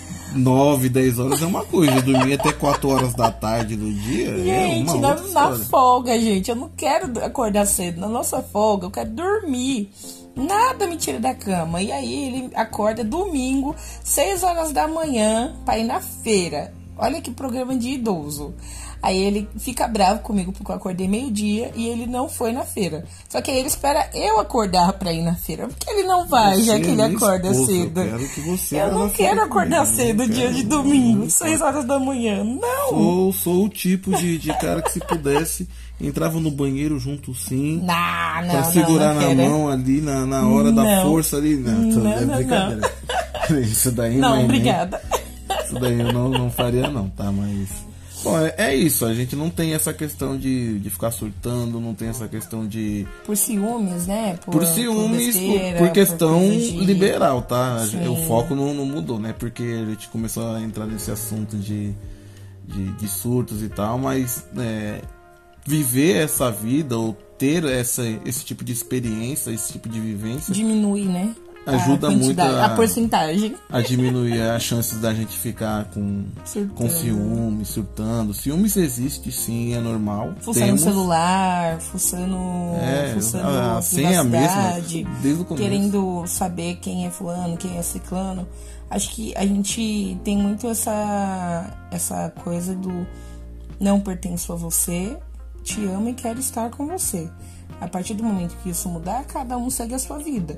nove, dez horas é uma coisa, dormir até quatro horas da tarde do dia gente, é uma na, outra na folga, gente, eu não quero acordar cedo. Na nossa folga, eu quero dormir. Nada me tira da cama. E aí ele acorda domingo, seis horas da manhã, pra ir na feira. Olha que programa de idoso. Aí ele fica bravo comigo porque eu acordei meio-dia e ele não foi na feira. Só que aí ele espera eu acordar pra ir na feira. Porque ele não vai, você já que ele acorda esposa, cedo. Eu, quero que você eu não quero acordar comigo, cedo dia quero, de domingo, seis horas da manhã. Não! Sou, sou o tipo de, de cara que se pudesse entrava no banheiro junto sim. Não, não, pra segurar não, não na mão ali na, na hora não. da força ali. Não, não, é não, brincadeira. Não. Isso daí não, não, obrigada. Nem, isso daí eu não, não faria não, tá? Mas... Bom, é, é isso, a gente não tem essa questão de, de ficar surtando, não tem essa questão de... Por ciúmes, né? Por, por ciúmes, por, besteira, por questão por de... liberal, tá? Sim. O foco não, não mudou, né? Porque a gente começou a entrar nesse assunto de, de, de surtos e tal, mas é, viver essa vida ou ter essa, esse tipo de experiência, esse tipo de vivência... Diminui, né? Ajuda a muito a, a porcentagem a diminuir as chances da gente ficar com, com ciúmes, surtando. Ciúmes existe sim, é normal. Fuçando Temos. no celular, fuçando, é, fuçando a, a senha mesmo, desde o começo. Querendo saber quem é fulano, quem é ciclano. Acho que a gente tem muito essa, essa coisa do não pertenço a você, te amo e quero estar com você. A partir do momento que isso mudar, cada um segue a sua vida.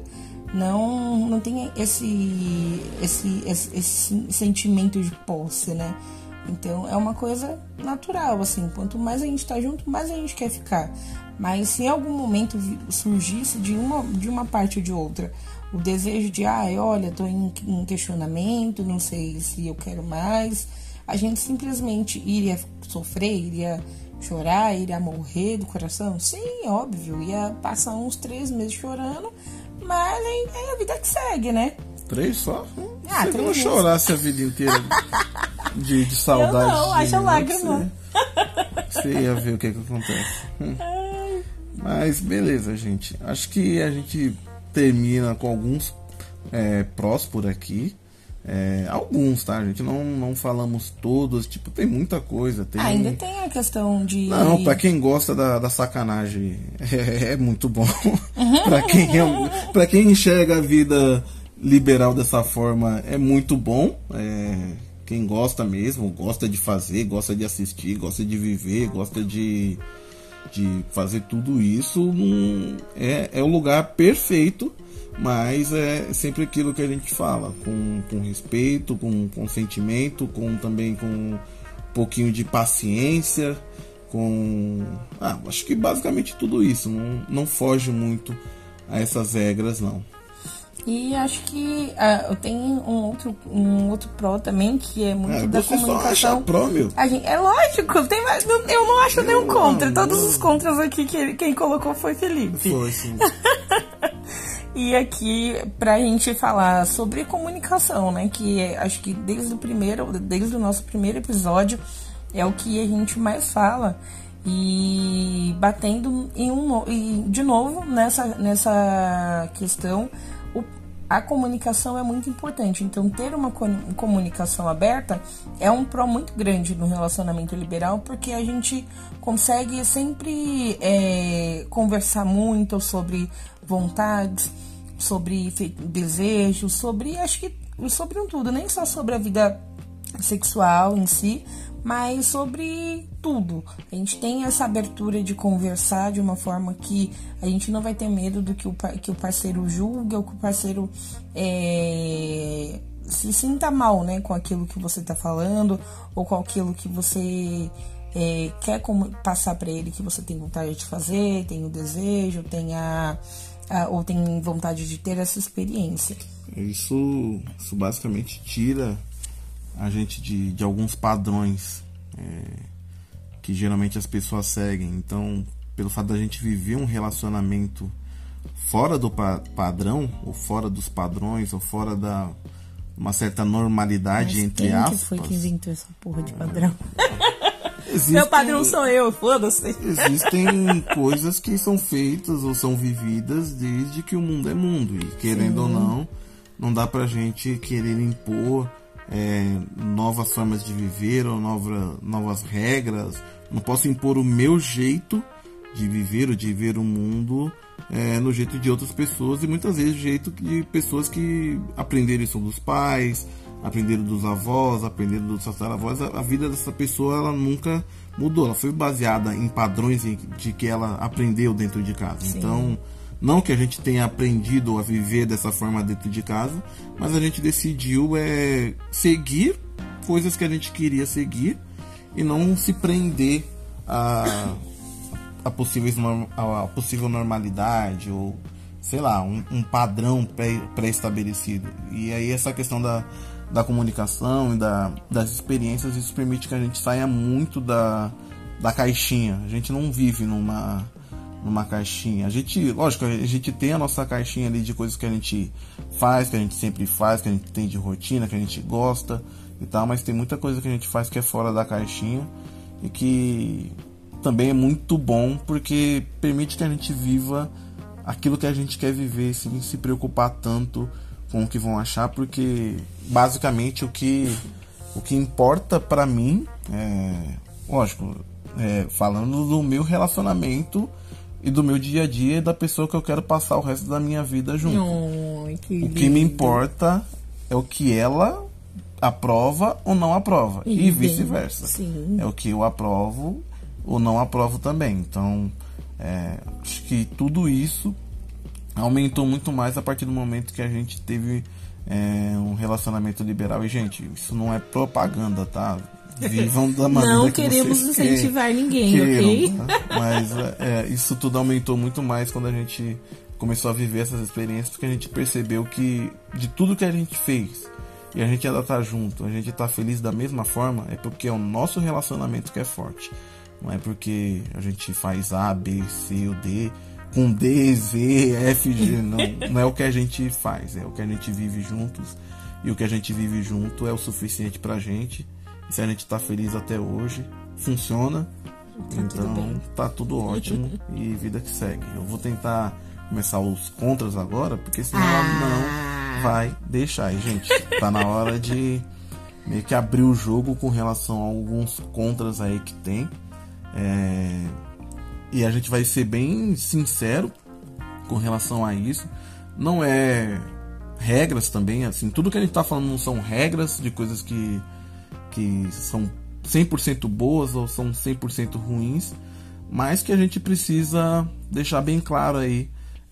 Não, não tem esse, esse, esse, esse sentimento de posse, né? Então, é uma coisa natural, assim. Quanto mais a gente tá junto, mais a gente quer ficar. Mas se em algum momento surgisse de uma, de uma parte ou de outra o desejo de, ai, olha, tô em, em questionamento, não sei se eu quero mais, a gente simplesmente iria sofrer, iria chorar, iria morrer do coração? Sim, óbvio, ia passar uns três meses chorando, mas é a vida que segue, né? Três só? Ah, Se três eu chorasse a vida inteira de, de saudade. Eu não, haja lágrima. Você, você ia ver o que que acontece. Hum. Mas beleza, gente. Acho que a gente termina com alguns é, prós por aqui. É, alguns, tá, gente? Não, não falamos todos. Tipo, tem muita coisa. Tem... Ah, ainda tem a questão de... Não, pra quem gosta da, da sacanagem, é, é muito bom. pra, quem é, pra quem enxerga a vida liberal dessa forma, é muito bom. É, quem gosta mesmo, gosta de fazer, gosta de assistir, gosta de viver, gosta de, de fazer tudo isso, hum, é, é o lugar perfeito. Mas é sempre aquilo que a gente fala, com, com respeito, com consentimento, com também com um pouquinho de paciência, com... Ah, acho que basicamente tudo isso, não, não foge muito a essas regras, não. E acho que uh, tem um outro, um outro pró também, que é muito é, da você comunicação. Só acha pró, meu. A gente, é lógico, tem mais, eu não acho eu nenhum contra. Não. Todos os contras aqui, que quem colocou foi Felipe. Foi, sim. E aqui, pra gente falar sobre comunicação, né? Que é, acho que desde o primeiro, desde o nosso primeiro episódio, é o que a gente mais fala. E batendo em um, e de novo nessa, nessa questão, o, a comunicação é muito importante. Então, ter uma comunicação aberta é um pró muito grande no relacionamento liberal, porque a gente consegue sempre é, conversar muito sobre vontades, sobre desejos, sobre, acho que sobre um tudo, nem só sobre a vida sexual em si, mas sobre tudo. A gente tem essa abertura de conversar de uma forma que a gente não vai ter medo do que o, que o parceiro julgue, ou que o parceiro é, se sinta mal, né, com aquilo que você está falando, ou com aquilo que você é, quer como, passar para ele, que você tem vontade de fazer, tem o desejo, tem a, a, ou tem vontade de ter essa experiência. Isso, isso basicamente tira a gente de, de alguns padrões é, que geralmente as pessoas seguem. Então, pelo fato da gente viver um relacionamento fora do pa- padrão, ou fora dos padrões, ou fora da uma certa normalidade, mas entre quem aspas. Que foi que inventou essa porra de padrão? Existem, meu padrão sou eu, foda-se. Existem coisas que são feitas ou são vividas desde que o mundo é mundo. E querendo Sim. ou não, não dá pra gente querer impor é, novas formas de viver ou nova, novas regras. Não posso impor o meu jeito de viver ou de ver o mundo é, no jeito de outras pessoas, e muitas vezes o jeito de pessoas que aprenderam isso dos pais, aprenderam dos avós, aprenderam dos tataravós. A, a vida dessa pessoa, ela nunca mudou, ela foi baseada em padrões de que ela aprendeu dentro de casa. Sim. Então, não que a gente tenha aprendido a viver dessa forma dentro de casa, mas a gente decidiu é, seguir coisas que a gente queria seguir e não se prender a, a, possíveis, a possível normalidade ou, sei lá, um, um padrão pré, pré-estabelecido. E aí essa questão da, da comunicação e da, das experiências, isso permite que a gente saia muito da, da caixinha. A gente não vive numa... numa caixinha. A gente, lógico, a gente tem a nossa caixinha ali de coisas que a gente faz, que a gente sempre faz, que a gente tem de rotina, que a gente gosta e tal, mas tem muita coisa que a gente faz que é fora da caixinha e que também é muito bom, porque permite que a gente viva aquilo que a gente quer viver, sem se preocupar tanto com o que vão achar, porque basicamente o que, o que importa pra mim é, lógico, é, falando do meu relacionamento e do meu dia a dia e da pessoa que eu quero passar o resto da minha vida junto. Oh, que o que me importa é o que ela aprova ou não aprova. E, e vice-versa. Sim. É o que eu aprovo ou não aprovo também. Então, é, acho que tudo isso aumentou muito mais a partir do momento que a gente teve é, um relacionamento liberal. E, gente, isso não é propaganda, tá? Vivam da maneira não que queremos vocês incentivar queiram, ninguém, queiram, ok? Tá? Mas é, isso tudo aumentou muito mais quando a gente começou a viver essas experiências porque a gente percebeu que de tudo que a gente fez e a gente ainda tá junto, a gente tá feliz da mesma forma, é porque é o nosso relacionamento que é forte. Não é porque a gente faz A, B, C ou D, com D, Z, F, G, não, não é o que a gente faz, é o que a gente vive juntos, e o que a gente vive junto é o suficiente pra gente, e se a gente tá feliz até hoje, funciona, tá então tudo tá tudo ótimo, e vida que segue. Eu vou tentar começar os contras agora, porque senão ela não vai deixar, e gente, tá na hora de meio que abrir o jogo com relação a alguns contras aí que tem. É, e a gente vai ser bem sincero com relação a isso. Não é regras também, assim, tudo que a gente tá falando não são regras de coisas que, que são cem por cento boas ou são cem por cento ruins, mas que a gente precisa deixar bem claro aí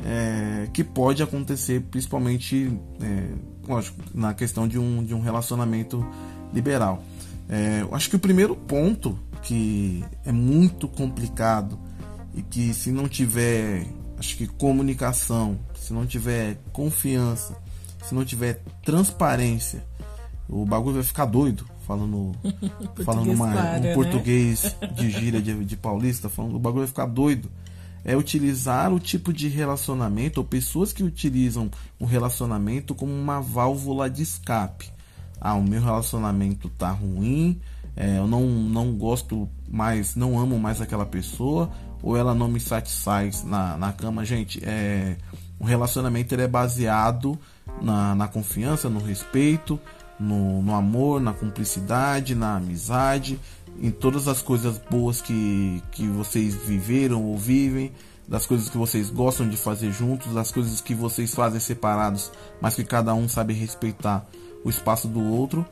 é, que pode acontecer, principalmente é, lógico, na questão de um, de um relacionamento liberal. É, eu acho que o primeiro ponto que é muito complicado e que se não tiver, acho que comunicação, se não tiver confiança, se não tiver transparência, o bagulho vai ficar doido, falando falando uma, claro, um né? português de gíria de, de paulista, falando, o bagulho vai ficar doido. É utilizar o tipo de relacionamento ou pessoas que utilizam o relacionamento como uma válvula de escape. Ah, o meu relacionamento tá ruim, é, eu não, não gosto mais, não amo mais aquela pessoa, ou ela não me satisfaz na, na cama. Gente, é, o relacionamento ele é baseado na, na confiança, no respeito, no, no amor, na cumplicidade, na amizade, em todas as coisas boas que, que vocês viveram ou vivem, das coisas que vocês gostam de fazer juntos, das coisas que vocês fazem separados, mas que cada um sabe respeitar o espaço do outro.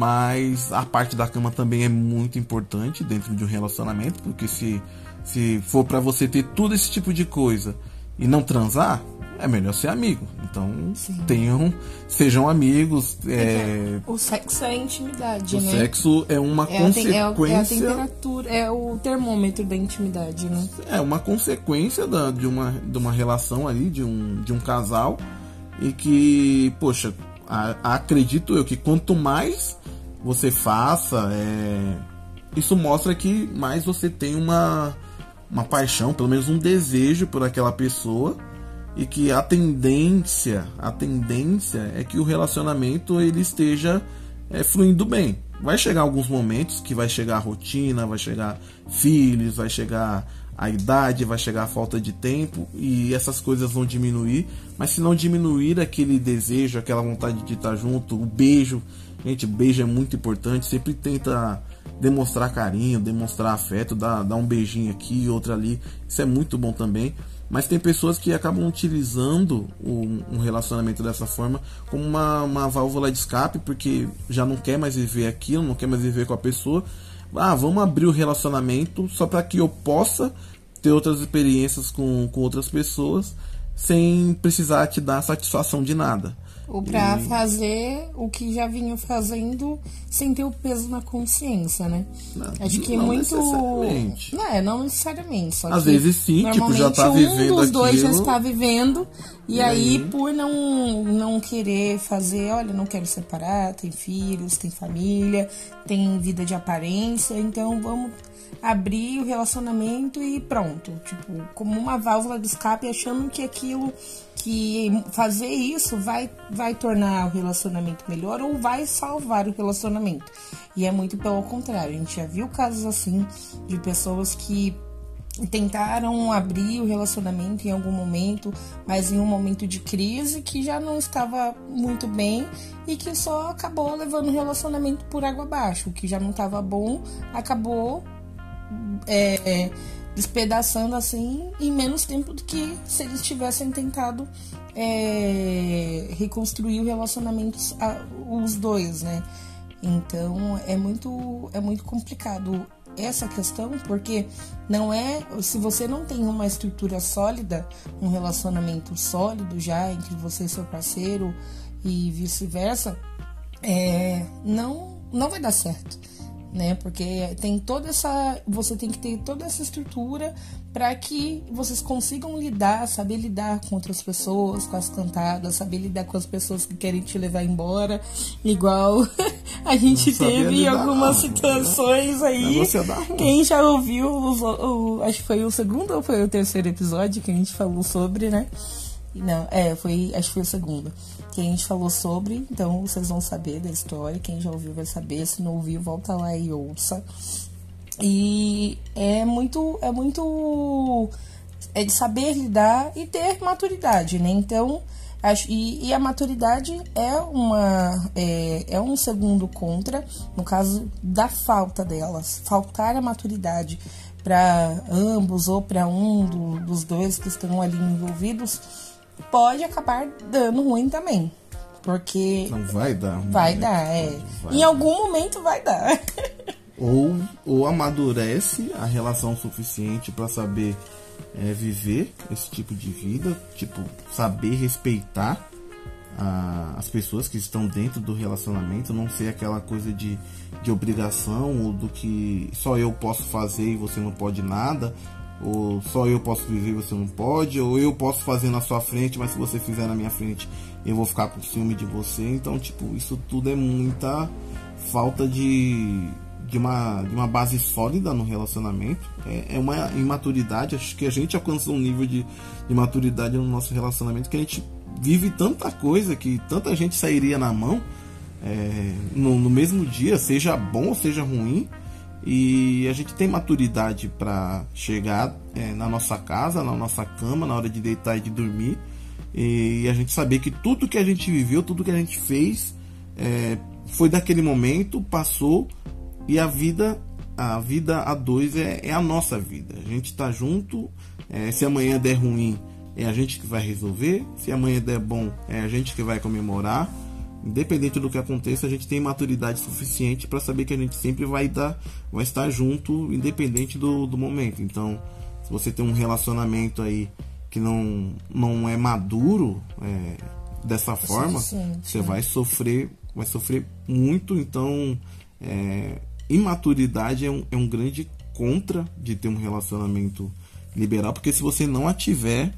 Mas a parte da cama também é muito importante dentro de um relacionamento, porque se, se for para você ter todo esse tipo de coisa e não transar, é melhor ser amigo. Então tenham, sejam amigos. É... O sexo é intimidade, o né? O sexo é uma é consequência. A, é, a, é a temperatura, é o termômetro da intimidade, né? É uma consequência da, de, uma, de uma relação ali, de um, de um casal, e que, poxa, a, acredito eu que quanto mais você faça, é, isso mostra que mais você tem uma, uma paixão, pelo menos um desejo por aquela pessoa, e que a tendência, a tendência é que o relacionamento ele esteja é, fluindo bem. Vai chegar alguns momentos que vai chegar a rotina, vai chegar filhos, vai chegar a idade, vai chegar a falta de tempo, e essas coisas vão diminuir, mas se não diminuir aquele desejo, aquela vontade de estar junto, o beijo, gente, beijo é muito importante, sempre tenta demonstrar carinho, demonstrar afeto, dar, dar um beijinho aqui, outro ali, isso é muito bom também. Mas tem pessoas que acabam utilizando um, um relacionamento dessa forma como uma, uma válvula de escape, porque já não quer mais viver aquilo, não quer mais viver com a pessoa. Ah, vamos abrir o relacionamento só para que eu possa ter outras experiências com, com outras pessoas sem precisar te dar satisfação de nada. Ou pra e... fazer o que já vinha fazendo sem ter o peso na consciência, né? Não, acho que é não muito. Necessariamente. Não, é, não necessariamente. Só Às que vezes sim, tipo, já tá vivendo um dos dois aquilo. já está vivendo. E, e aí, aí, por não, não querer fazer, olha, não quero separar, tem filhos, tem família, tem vida de aparência, então vamos abrir o relacionamento e pronto. Tipo, como uma válvula de escape, achando que aquilo, que fazer isso vai, vai tornar o relacionamento melhor ou vai salvar o relacionamento. E é muito pelo contrário. A gente já viu casos assim de pessoas que tentaram abrir o relacionamento em algum momento, mas em um momento de crise que já não estava muito bem e que só acabou levando o relacionamento por água abaixo. O que já não estava bom acabou é, despedaçando assim em menos tempo do que se eles tivessem tentado é, reconstruir o relacionamento, os dois, né? Então é muito, é muito complicado essa questão, porque não é, se você não tem uma estrutura sólida, um relacionamento sólido já entre você e seu parceiro e vice-versa, é, não, não vai dar certo. né? Porque tem toda essa, você tem que ter toda essa estrutura para que vocês consigam lidar, saber lidar com outras pessoas, com as cantadas, saber lidar com as pessoas que querem te levar embora, igual a gente teve em algumas não, situações né? aí. Quem já ouviu, os, o, acho que foi o segundo ou foi o terceiro episódio que a gente falou sobre, né? Não, é, foi, acho que foi o segundo que a gente falou sobre, então vocês vão saber da história, quem já ouviu vai saber, se não ouviu, volta lá e ouça. E é muito, é muito, é de saber lidar e ter maturidade, né? Então, acho, e, e a maturidade é, uma, é, é um segundo contra, no caso da falta delas, faltar a maturidade para ambos ou para um do, dos dois que estão ali envolvidos, pode acabar dando ruim também. Porque... Não vai dar. Vai né? dar, é. Vai em dar. Algum momento vai dar. Ou, ou amadurece a relação suficiente para saber é, viver esse tipo de vida. Tipo, saber respeitar a, as pessoas que estão dentro do relacionamento. Não ser aquela coisa de, de obrigação ou do que só eu posso fazer e você não pode nada. Ou só eu posso viver e você não pode, ou eu posso fazer na sua frente, mas se você fizer na minha frente eu vou ficar com ciúme de você. Então, tipo, isso tudo é muita falta de, de, uma, de uma base sólida no relacionamento. É, é uma imaturidade. Acho que a gente alcançou um nível de, de maturidade no nosso relacionamento que a gente vive tanta coisa que tanta gente sairia na mão é, no, no mesmo dia, seja bom ou seja ruim. E a gente tem maturidade para chegar é, na nossa casa, na nossa cama, na hora de deitar e de dormir, e a gente saber que tudo que a gente viveu, tudo que a gente fez é, foi daquele momento, passou, e a vida a vida a dois é, é a nossa vida. A gente tá junto, é, se amanhã der ruim é a gente que vai resolver, se amanhã der bom é a gente que vai comemorar. Independente do que aconteça, a gente tem maturidade suficiente para saber que a gente sempre vai, dar, vai estar junto, independente do, do momento. Então, se você tem um relacionamento aí que não, não é maduro é, dessa forma, sim, sim, você sim. vai sofrer, vai sofrer muito. Então, é, imaturidade é um, é um grande contra de ter um relacionamento liberal, porque se você não a tiver,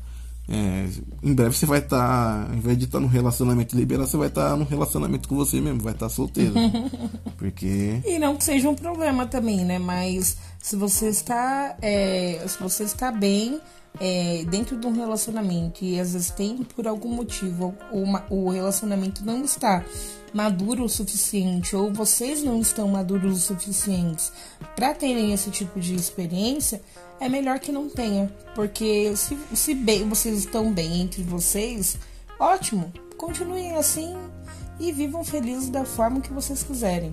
É, em breve você vai estar, tá, ao invés de estar tá num relacionamento liberal, você vai estar tá num relacionamento com você mesmo, vai estar tá solteiro. Porque... E não que seja um problema também, né? Mas se você está, é, se você está bem é, dentro de um relacionamento e às vezes tem por algum motivo uma, o relacionamento não está maduro o suficiente ou vocês não estão maduros o suficientes para terem esse tipo de experiência, é melhor que não tenha, porque se, se bem, vocês estão bem entre vocês, ótimo, continuem assim e vivam felizes da forma que vocês quiserem.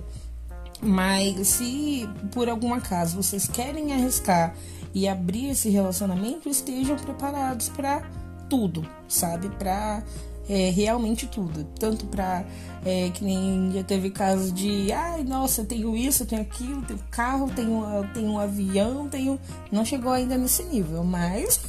Mas se por algum acaso vocês querem arriscar e abrir esse relacionamento, estejam preparados para tudo, sabe? Para é, realmente tudo, tanto para é, que nem já teve caso de ai, nossa, eu tenho isso, eu tenho aquilo, tenho carro, tenho, tenho um avião, tenho... Não chegou ainda nesse nível, mas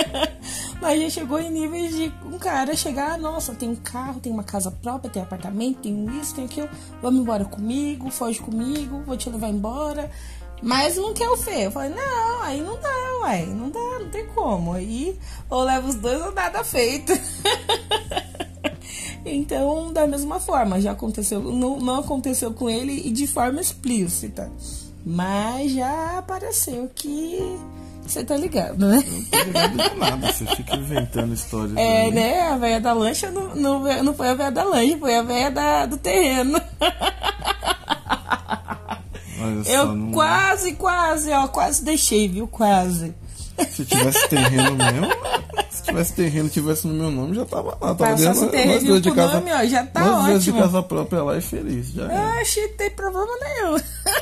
mas já chegou em níveis de um cara chegar, ah, nossa, tem um carro, tem uma casa própria, tem apartamento, tem isso, tem aquilo, vamos embora comigo, foge comigo, vou te levar embora, mas não quer o Fê. Eu falei, não, aí não dá, uai, não dá, não tem como, aí ou leva os dois ou nada feito. Então, da mesma forma, já aconteceu, não, não aconteceu com ele e de forma explícita, mas já apareceu que você tá ligado, né? Eu não tô ligado de nada, você fica inventando histórias. É, aí, né? A véia da lancha não, não, não foi a véia da lancha, foi a véia da, do terreno. Olha eu só, não... quase, quase, ó, quase deixei, viu? Quase. Se tivesse terreno mesmo, se tivesse terreno, tivesse no meu nome, já tava lá. Tava dentro terreno de casa, nome, ó, já tá ótimo. Vezes de casa própria lá e feliz. Já eu achei que não tem problema nenhum.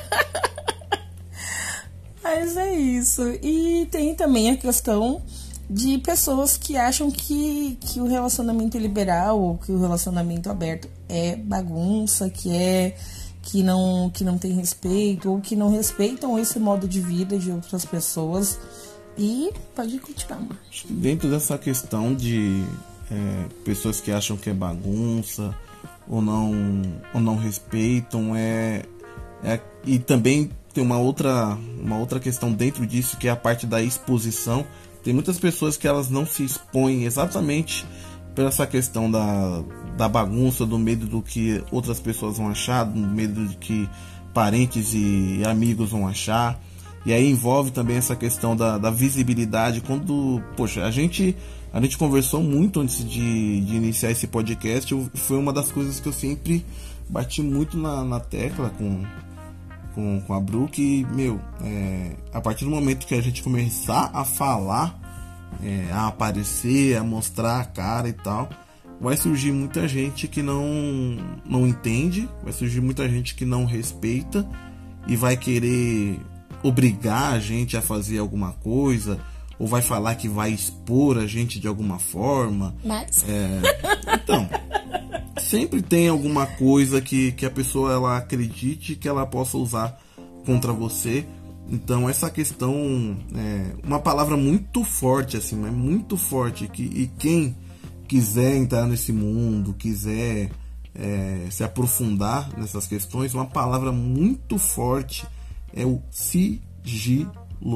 Mas é isso. E tem também a questão de pessoas que acham que, que o relacionamento liberal ou que o relacionamento aberto é bagunça, que é que não, que não tem respeito ou que não respeitam esse modo de vida de outras pessoas. E pode continuar, Márcio. Dentro dessa questão de é, pessoas que acham que é bagunça ou não, ou não respeitam, é, É, e também tem uma outra, uma outra questão dentro disso, que é a parte da exposição. Tem muitas pessoas que elas não se expõem exatamente por essa questão da, da bagunça, do medo do que outras pessoas vão achar, do medo de que parentes e amigos vão achar. E aí envolve também essa questão da, da visibilidade. Quando, poxa, a gente, a gente conversou muito antes de, de iniciar esse podcast. Eu, foi uma das coisas que eu sempre bati muito na, na tecla com, com, com a Bru, que, meu, é, a partir do momento que a gente começar a falar, é, a aparecer, a mostrar a cara e tal, vai surgir muita gente que não, não entende, vai surgir muita gente que não respeita e vai querer obrigar a gente a fazer alguma coisa, ou vai falar que vai expor a gente de alguma forma. Mas... É, então, sempre tem alguma coisa que, que a pessoa ela acredite que ela possa usar contra você. Então essa questão é uma palavra muito forte, assim, é muito forte, que, e quem quiser entrar nesse mundo, quiser é, se aprofundar nessas questões, uma palavra muito forte é o sigilo.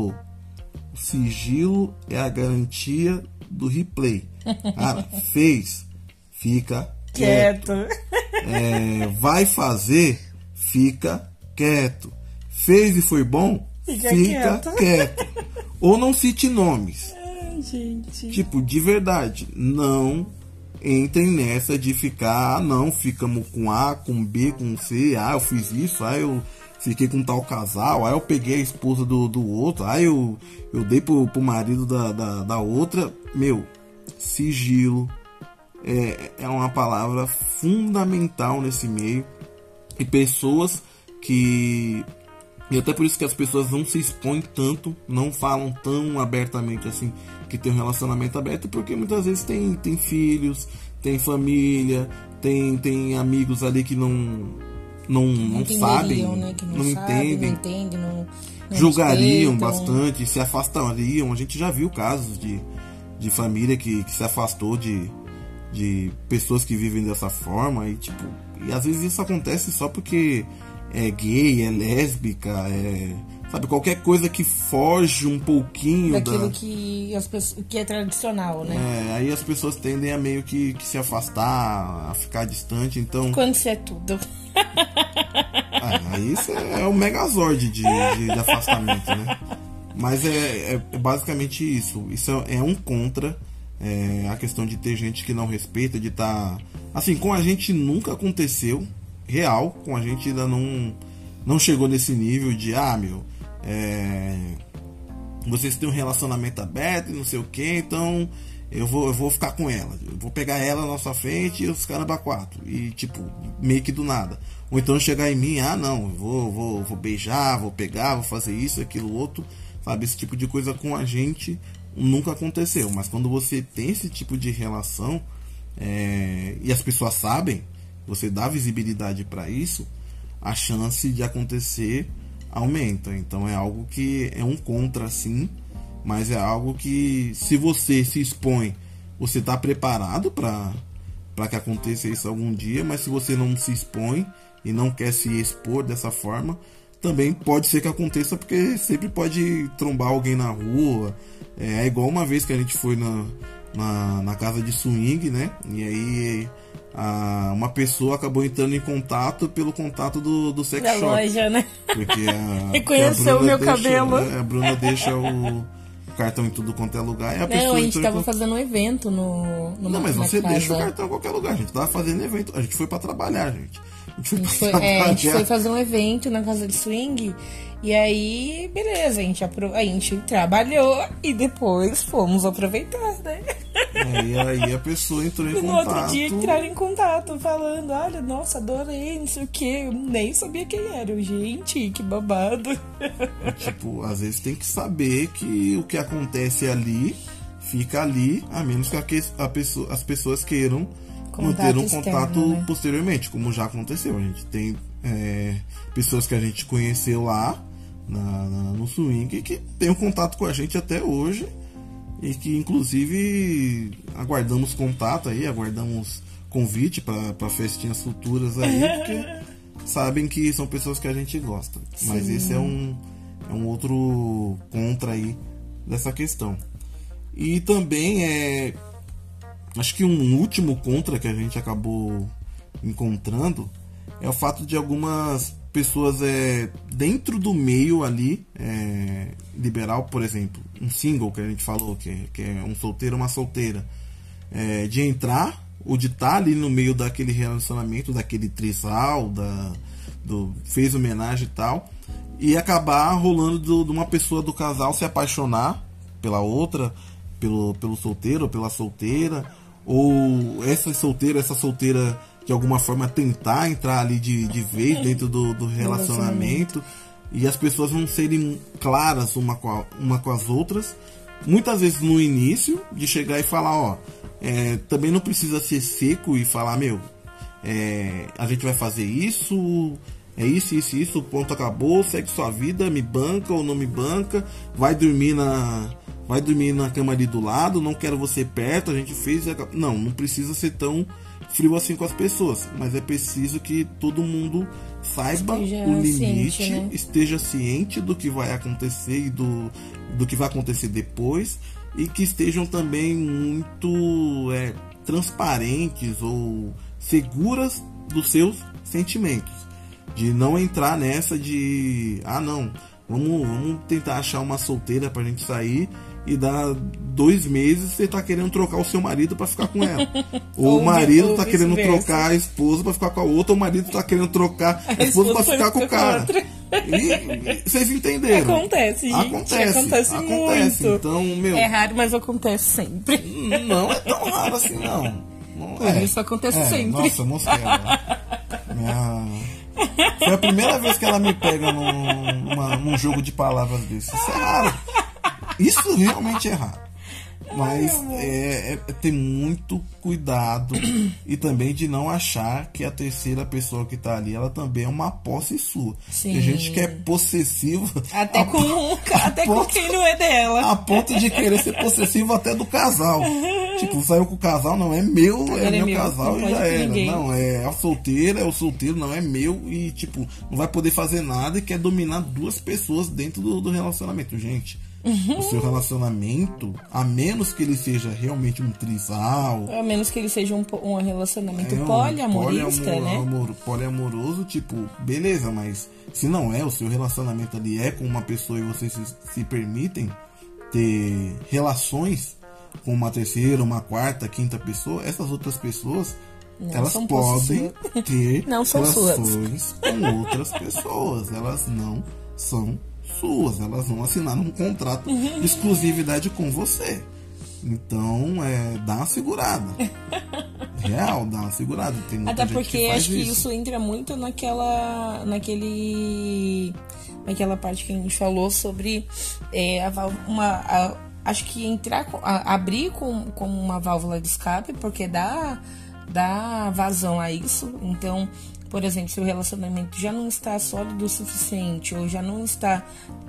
O sigilo é a garantia do replay. Cara, fez, fica quieto. Quieto. É, vai fazer, fica quieto. Fez e foi bom, Fica, fica quieto. quieto. Ou não cite nomes. Ai, gente. Tipo, de verdade, não entrem nessa de ficar, ah, não, ficamos com A, com B, com C, ah, eu fiz isso, ah, eu fiquei com tal casal, ah, eu peguei a esposa do, do outro, ah, eu, eu dei pro, pro marido da, da, da outra. Meu, sigilo é, é uma palavra fundamental nesse meio. E pessoas que... E até por isso que as pessoas não se expõem tanto, não falam tão abertamente assim que tem um relacionamento aberto, porque muitas vezes tem, tem filhos, tem família, tem, tem amigos ali que não não, não sabem, né? Que não, não sabe, entendem, não entende, não, não julgariam respeitam. bastante, se afastariam. A gente já viu casos de, de família que, que se afastou de, de pessoas que vivem dessa forma, e tipo, e às vezes isso acontece só porque é gay, é lésbica, é, sabe, qualquer coisa que foge um pouquinho daquilo da... que, as pessoas, que é tradicional, né? É, aí as pessoas tendem a meio que, que se afastar, a ficar distante, então... Quando isso é tudo. Ah, aí isso é o megazord de, de, de afastamento, né? Mas é, é, é basicamente isso. Isso é, é um contra, é, a questão de ter gente que não respeita, de estar... Tá... Assim, com a gente nunca aconteceu, real, com a gente ainda não, não chegou nesse nível de, ah, meu, é, vocês têm um relacionamento aberto e não sei o que, então eu vou, eu vou ficar com ela, eu vou pegar ela na nossa frente e os caramba quatro, e tipo, meio que do nada. Ou então chegar em mim, ah não, eu vou, vou, vou beijar, vou pegar, vou fazer isso, aquilo, outro, sabe, esse tipo de coisa com a gente nunca aconteceu. Mas quando você tem esse tipo de relação, é, e as pessoas sabem, você dá visibilidade para isso, a chance de acontecer aumenta. Então é algo que é um contra, sim, mas é algo que, se você se expõe, você está preparado para para que aconteça isso algum dia. Mas se você não se expõe e não quer se expor dessa forma, também pode ser que aconteça, porque sempre pode trombar alguém na rua. É, é igual uma vez que a gente foi na, na, na casa de swing, né? E aí a, uma pessoa acabou entrando em contato pelo contato do, do sex da shop. loja, né? Porque a, reconheceu o meu deixa, cabelo. Né, a Bruna deixa o cartão em tudo quanto é lugar. E a Não, pessoa a gente entrou tava em... fazendo um evento no, no Não, mas você casa. deixa o cartão em qualquer lugar. A gente tava fazendo evento. A gente foi pra trabalhar, gente. A gente foi, A pra gente foi, trabalhar. é, a gente foi fazer um evento na casa de swing. E aí, beleza, a gente, apro- a gente trabalhou e depois fomos aproveitar, né? É, e aí a pessoa entrou em No contato. outro dia entraram em contato, falando, olha, nossa, adorei, não sei o que, eu nem sabia quem era. Eu, gente, que babado. Tipo, às vezes tem que saber que o que acontece ali fica ali, a menos que a que- a pessoa, as pessoas queiram Contato manter um externo, contato né? posteriormente, como já aconteceu. A gente tem é, pessoas que a gente conheceu lá na, na- no swing que tem um contato com a gente até hoje, e que inclusive aguardamos contato aí, aguardamos convite para festinhas futuras aí, porque sabem que são pessoas que a gente gosta. Sim. Mas esse é um, é um outro contra aí dessa questão. E também é... Acho que um último contra que a gente acabou encontrando é o fato de algumas pessoas é, dentro do meio ali é, liberal, por exemplo, um single que a gente falou, que é, que é um solteiro ou uma solteira, é, de entrar ou de estar ali no meio daquele relacionamento, daquele trisal, da, do, fez homenagem e tal, e acabar rolando do, de uma pessoa do casal se apaixonar pela outra, pelo, pelo solteiro ou pela solteira, ou essa solteira, essa solteira de alguma forma tentar entrar ali de, de vez dentro do, do relacionamento, e as pessoas não serem claras uma com, a, uma com as outras, muitas vezes no início, de chegar e falar, ó, é, também não precisa ser seco e falar, meu, é, a gente vai fazer isso, é isso, isso, isso, ponto, acabou, segue sua vida, me banca ou não me banca, vai dormir na... vai dormir na cama ali do lado, não quero você perto, a gente fez... Não, não precisa ser tão frio assim com as pessoas, mas é preciso que todo mundo saiba esteja o limite, ciente, né? Esteja ciente do que vai acontecer e do, do que vai acontecer depois, e que estejam também muito é, transparentes ou seguras dos seus sentimentos, de não entrar nessa de, ah não, vamos, vamos tentar achar uma solteira pra gente sair, e dá dois meses você tá querendo trocar o seu marido pra ficar com ela. Ou o marido tá querendo trocar a esposa pra ficar com a outra, ou o marido tá querendo trocar a esposa pra ficar com o cara. E, e vocês entenderam? Acontece, gente. Acontece, acontece, acontece. muito. Então, meu... É raro, mas acontece sempre. Não é tão raro assim, não. não é. Isso acontece é, sempre. Nossa, Mosquera. Minha... Foi a primeira vez que ela me pega num, numa, num jogo de palavras desse. Isso é raro. Isso realmente é raro. Mas é, é, é ter muito cuidado e também de não achar que a terceira pessoa que tá ali, ela também é uma posse sua. Sim. Tem gente que é possessivo até, com, a, até ponto, com quem não é dela. A ponto de querer ser possessivo até do casal. Tipo, saiu com o casal, não é meu, é, é meu, meu casal e já era. Ninguém. Não, é a solteira, é o solteiro, não é meu, e tipo, não vai poder fazer nada e quer dominar duas pessoas dentro do, do relacionamento. Gente, uhum. O seu relacionamento, a menos que ele seja realmente um trisal, a menos que ele seja um, um relacionamento é um poliamorista, poliamor, né? Amor, poliamoroso, tipo, beleza, mas se não é, o seu relacionamento ali é com uma pessoa e vocês se, se permitem ter relações com uma terceira, uma quarta, quinta pessoa, essas outras pessoas, não elas podem ter não são relações suas. com outras pessoas, elas não são suas, elas não assinaram um contrato de exclusividade com você. Então, é, dá uma segurada. Real, dá uma segurada. Tem muita Até gente porque que faz acho que isso. isso entra muito naquela naquele naquela parte que a gente falou sobre é, a, uma a, acho que entrar a, abrir com, com uma válvula de escape, porque dá dá vazão a isso. Então, por exemplo, se o relacionamento já não está sólido o suficiente, ou já não está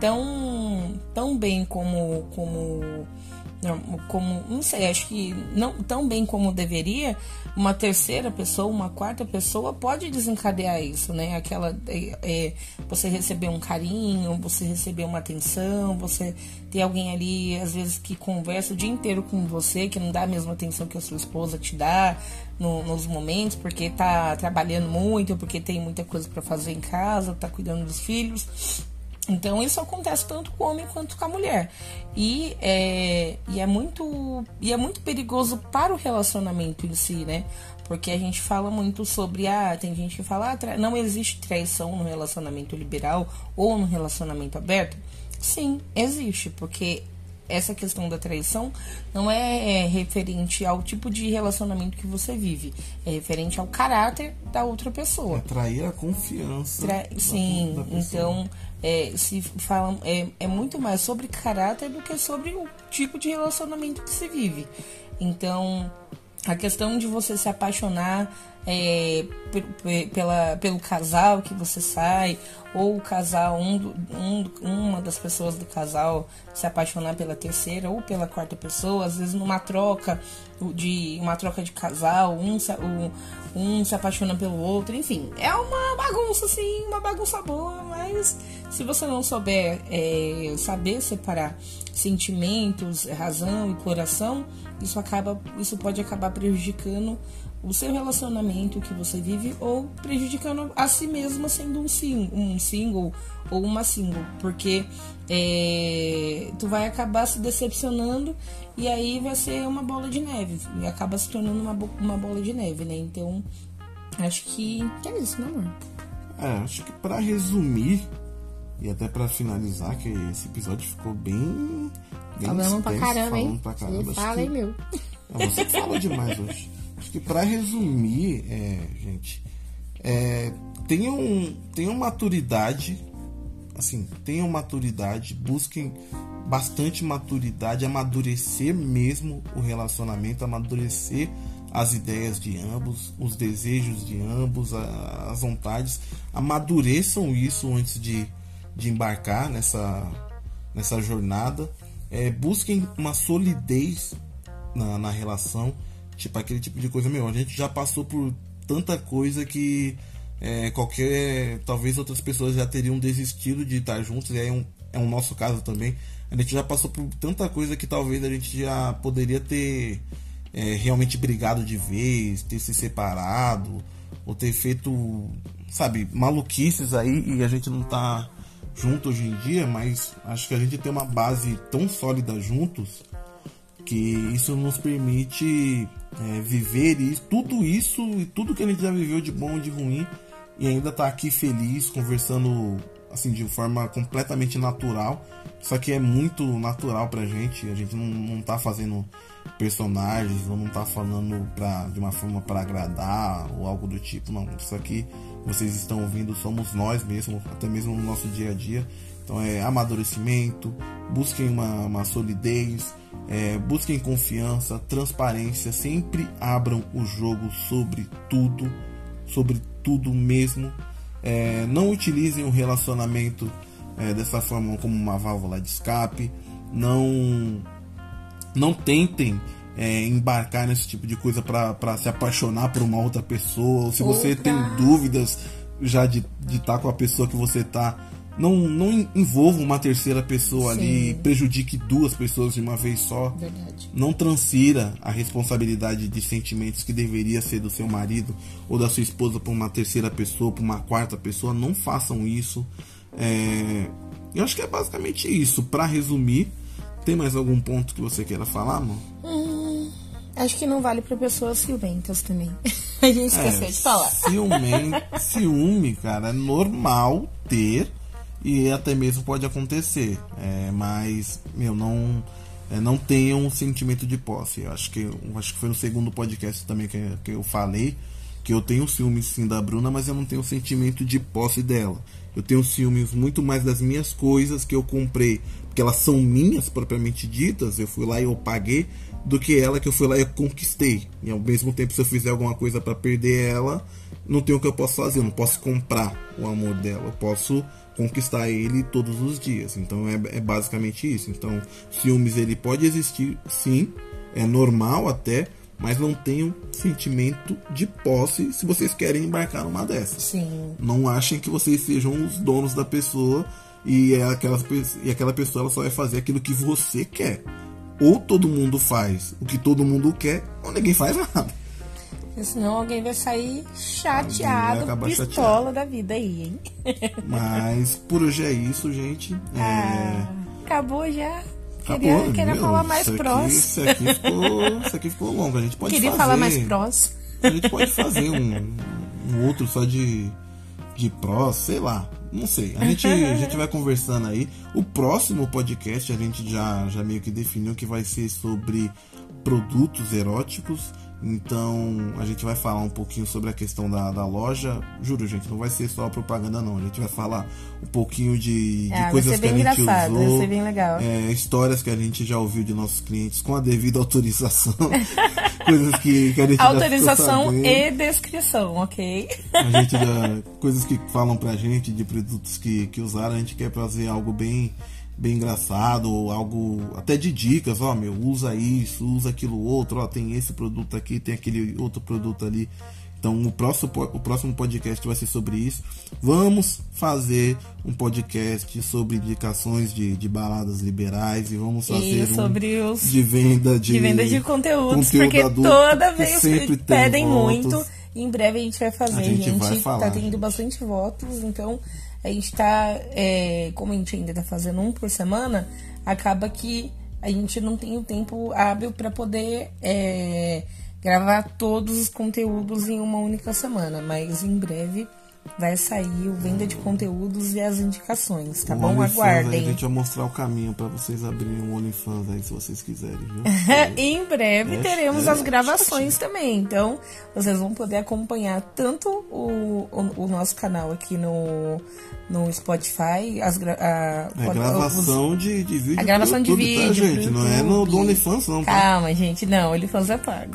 tão, tão bem como, como, não, como, não sei, acho que não tão bem como deveria, uma terceira pessoa, uma quarta pessoa pode desencadear isso, né? Aquela, é, é, você receber um carinho, você receber uma atenção, você ter alguém ali, às vezes, que conversa o dia inteiro com você, que não dá a mesma atenção que a sua esposa te dá, No, nos momentos, porque tá trabalhando muito, porque tem muita coisa para fazer em casa, tá cuidando dos filhos. Então isso acontece tanto com o homem quanto com a mulher. E é, e é muito e é muito perigoso para o relacionamento em si, né? Porque a gente fala muito sobre, ah, tem gente que fala, ah, não existe traição no relacionamento liberal ou no relacionamento aberto. Sim, existe, porque essa questão da traição não é referente ao tipo de relacionamento que você vive, é referente ao caráter da outra pessoa. É trair a confiança. Tra... da, Sim, da então é, se fala, é, é muito mais sobre caráter do que sobre o tipo de relacionamento que se vive. Então, a questão de você se apaixonar é, p- pela, pelo casal que você sai, ou o casal, um, do- um, uma das pessoas do casal se apaixonar pela terceira ou pela quarta pessoa, às vezes numa troca de uma troca de casal, um se, o, um se apaixona pelo outro, enfim, é uma bagunça assim, uma bagunça boa, mas se você não souber é, saber separar sentimentos, razão e coração, isso acaba, isso pode acabar prejudicando o seu relacionamento que você vive ou prejudicando a si mesma sendo um, sing, um single ou uma single, porque é, tu vai acabar se decepcionando e aí vai ser uma bola de neve e acaba se tornando uma, bo- uma bola de neve, né? Então acho que, que é isso, né, amor? É, acho que pra resumir e até pra finalizar, que esse episódio ficou bem, bem Falando pra extenso, caramba, hein? falando pra caramba. Você Acho fala, que- hein, meu? É, você que falou demais hoje. Acho que pra resumir, é, gente, é, tenham, tenham maturidade, assim, tenham maturidade, busquem bastante maturidade, amadurecer mesmo o relacionamento, amadurecer as ideias de ambos, os desejos de ambos, a- as vontades, amadureçam isso antes de, de embarcar nessa, nessa jornada, é, busquem uma solidez na, na relação, tipo aquele tipo de coisa, meu, a gente já passou por tanta coisa que é, qualquer, talvez outras pessoas já teriam desistido de estar juntos, e aí é um, é um nosso caso também, a gente já passou por tanta coisa que talvez a gente já poderia ter é, realmente brigado de vez, ter se separado, ou ter feito, sabe, maluquices aí, e a gente não tá junto hoje em dia, mas acho que a gente tem uma base tão sólida juntos que isso nos permite é, viver isso, tudo isso e tudo que a gente já viveu de bom e de ruim, e ainda tá aqui feliz, conversando assim de forma completamente natural. Isso aqui é muito natural pra gente, a gente não, não tá fazendo personagens ou não tá falando pra, de uma forma para agradar ou algo do tipo, não. Isso aqui vocês estão ouvindo, somos nós mesmos, até mesmo no nosso dia a dia. Então é amadurecimento, busquem uma, uma solidez, é, busquem confiança, transparência, sempre abram o jogo sobre tudo, sobre tudo mesmo. É, não utilizem o relacionamento é, dessa forma como uma válvula de escape, não, não tentem é, embarcar nesse tipo de coisa para se apaixonar por uma outra pessoa, ou se você Outra. tem dúvidas já de estar com a pessoa que você está, não, não envolva uma terceira pessoa Sim. ali, prejudique duas pessoas de uma vez só. Verdade. Não transfira a responsabilidade de sentimentos que deveria ser do seu marido ou da sua esposa para uma terceira pessoa, para uma quarta pessoa. Não façam isso. É... Eu acho que é basicamente isso. Para resumir, tem mais algum ponto que você queira falar, amor? Hum, acho que não vale para pessoas ciumentas também. A gente esqueceu É, de falar. Ciúme, ciúme, cara, é normal ter e até mesmo pode acontecer. É, mas, meu, não, é, não tenham um sentimento de posse. Eu acho que, eu acho que foi no segundo podcast também que, que eu falei que eu tenho ciúmes sim da Bruna, mas eu não tenho sentimento de posse dela. Eu tenho ciúmes muito mais das minhas coisas que eu comprei, porque elas são minhas propriamente ditas, eu fui lá e eu paguei, do que ela que eu fui lá e eu conquistei. E ao mesmo tempo, se eu fizer alguma coisa para perder ela, não tem o que eu posso fazer, eu não posso comprar o amor dela, eu posso conquistar ele todos os dias. Então é, é basicamente isso. Então ciúmes ele pode existir sim, é normal até, mas não tenham sentimento de posse se vocês querem embarcar numa dessas. Sim. Não achem que vocês sejam os donos da pessoa e, é aquela, e aquela pessoa ela só vai fazer aquilo que você quer. Ou todo mundo faz o que todo mundo quer, ou ninguém faz nada. Porque senão alguém vai sair chateado, Alguém vai acabar pistola chateado. da vida aí, hein? Mas por hoje é isso, gente. É... Ah, acabou já. Acabou, Queria, queria meu, falar mais isso aqui- prós. Isso aqui, ficou, isso aqui ficou longo. A gente pode Queria fazer, falar mais prós. A gente pode fazer um, um outro só de, de prós, sei lá. Não sei. A gente, a gente vai conversando aí. O próximo podcast a gente já, já meio que definiu que vai ser sobre produtos eróticos. Então a gente vai falar um pouquinho sobre a questão da, da loja. Juro, gente, não vai ser só propaganda não. A gente vai falar um pouquinho de, de ah, coisas que a gente engraçado, usou, vai ser bem legal. É, histórias que a gente já ouviu de nossos clientes com a devida autorização. Coisas que, que a gente autorização já e descrição, ok? A gente já, coisas que falam pra gente de produtos que, que usaram. A gente quer trazer algo bem bem engraçado, ou algo até de dicas, ó, meu, usa isso, usa aquilo outro, ó, tem esse produto aqui, tem aquele outro produto ali. Então o próximo, o próximo podcast vai ser sobre isso. Vamos fazer um podcast sobre indicações de, de baladas liberais e vamos fazer e sobre um os de venda de, de venda de conteúdos, conteúdo porque adulto, toda vez sempre pedem votos. muito. Em breve a gente vai fazer, a gente. gente Vai falar, tá tendo gente. bastante votos, então a gente tá, é, como a gente ainda tá fazendo um por semana, acaba que a gente não tem o tempo hábil para poder é, gravar todos os conteúdos em uma única semana, mas em breve vai sair o venda de conteúdos e as indicações, tá o bom? Aguardem. Aí, a gente vai mostrar o caminho para vocês abrirem um OnlyFans aí, se vocês quiserem, viu? Em breve é, teremos é, as gravações é, também, então vocês vão poder acompanhar tanto o, o, o nosso canal aqui no, no Spotify, as gra a, é gravação os, de, de vídeo, a gravação YouTube, de vídeo, tá, gente? Não é no do OnlyFans, não. Calma, tá? Gente, não, OnlyFans é pago.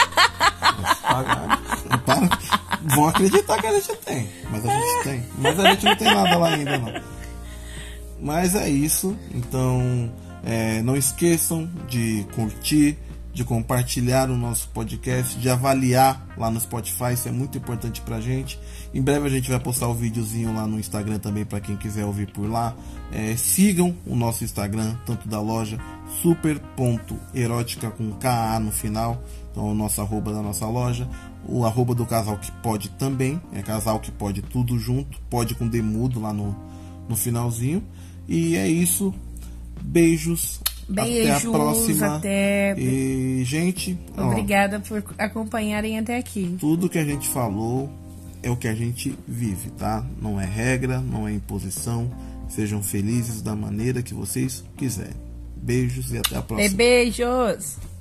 Pagar. Vão acreditar que a gente tem, mas a gente tem, mas a gente não tem nada lá ainda, não. Mas é isso, então é, não esqueçam de curtir, de compartilhar o nosso podcast, de avaliar lá no Spotify, isso é muito importante pra gente. Em breve a gente vai postar o videozinho lá no Instagram também para quem quiser ouvir por lá. É, sigam o nosso Instagram, tanto da loja super ponto erótica com K A no final, então o nosso arroba da nossa loja, o arroba do Casal Que Pode também, é Casal Que Pode tudo junto, pode com demudo lá no, no finalzinho. E é isso, beijos, beijos, até a próxima. Até... E, gente, obrigada ó, por acompanharem até aqui. Tudo que a gente falou é o que a gente vive, tá? Não é regra, não é imposição. Sejam felizes da maneira que vocês quiserem. Beijos e até a próxima. Beijos!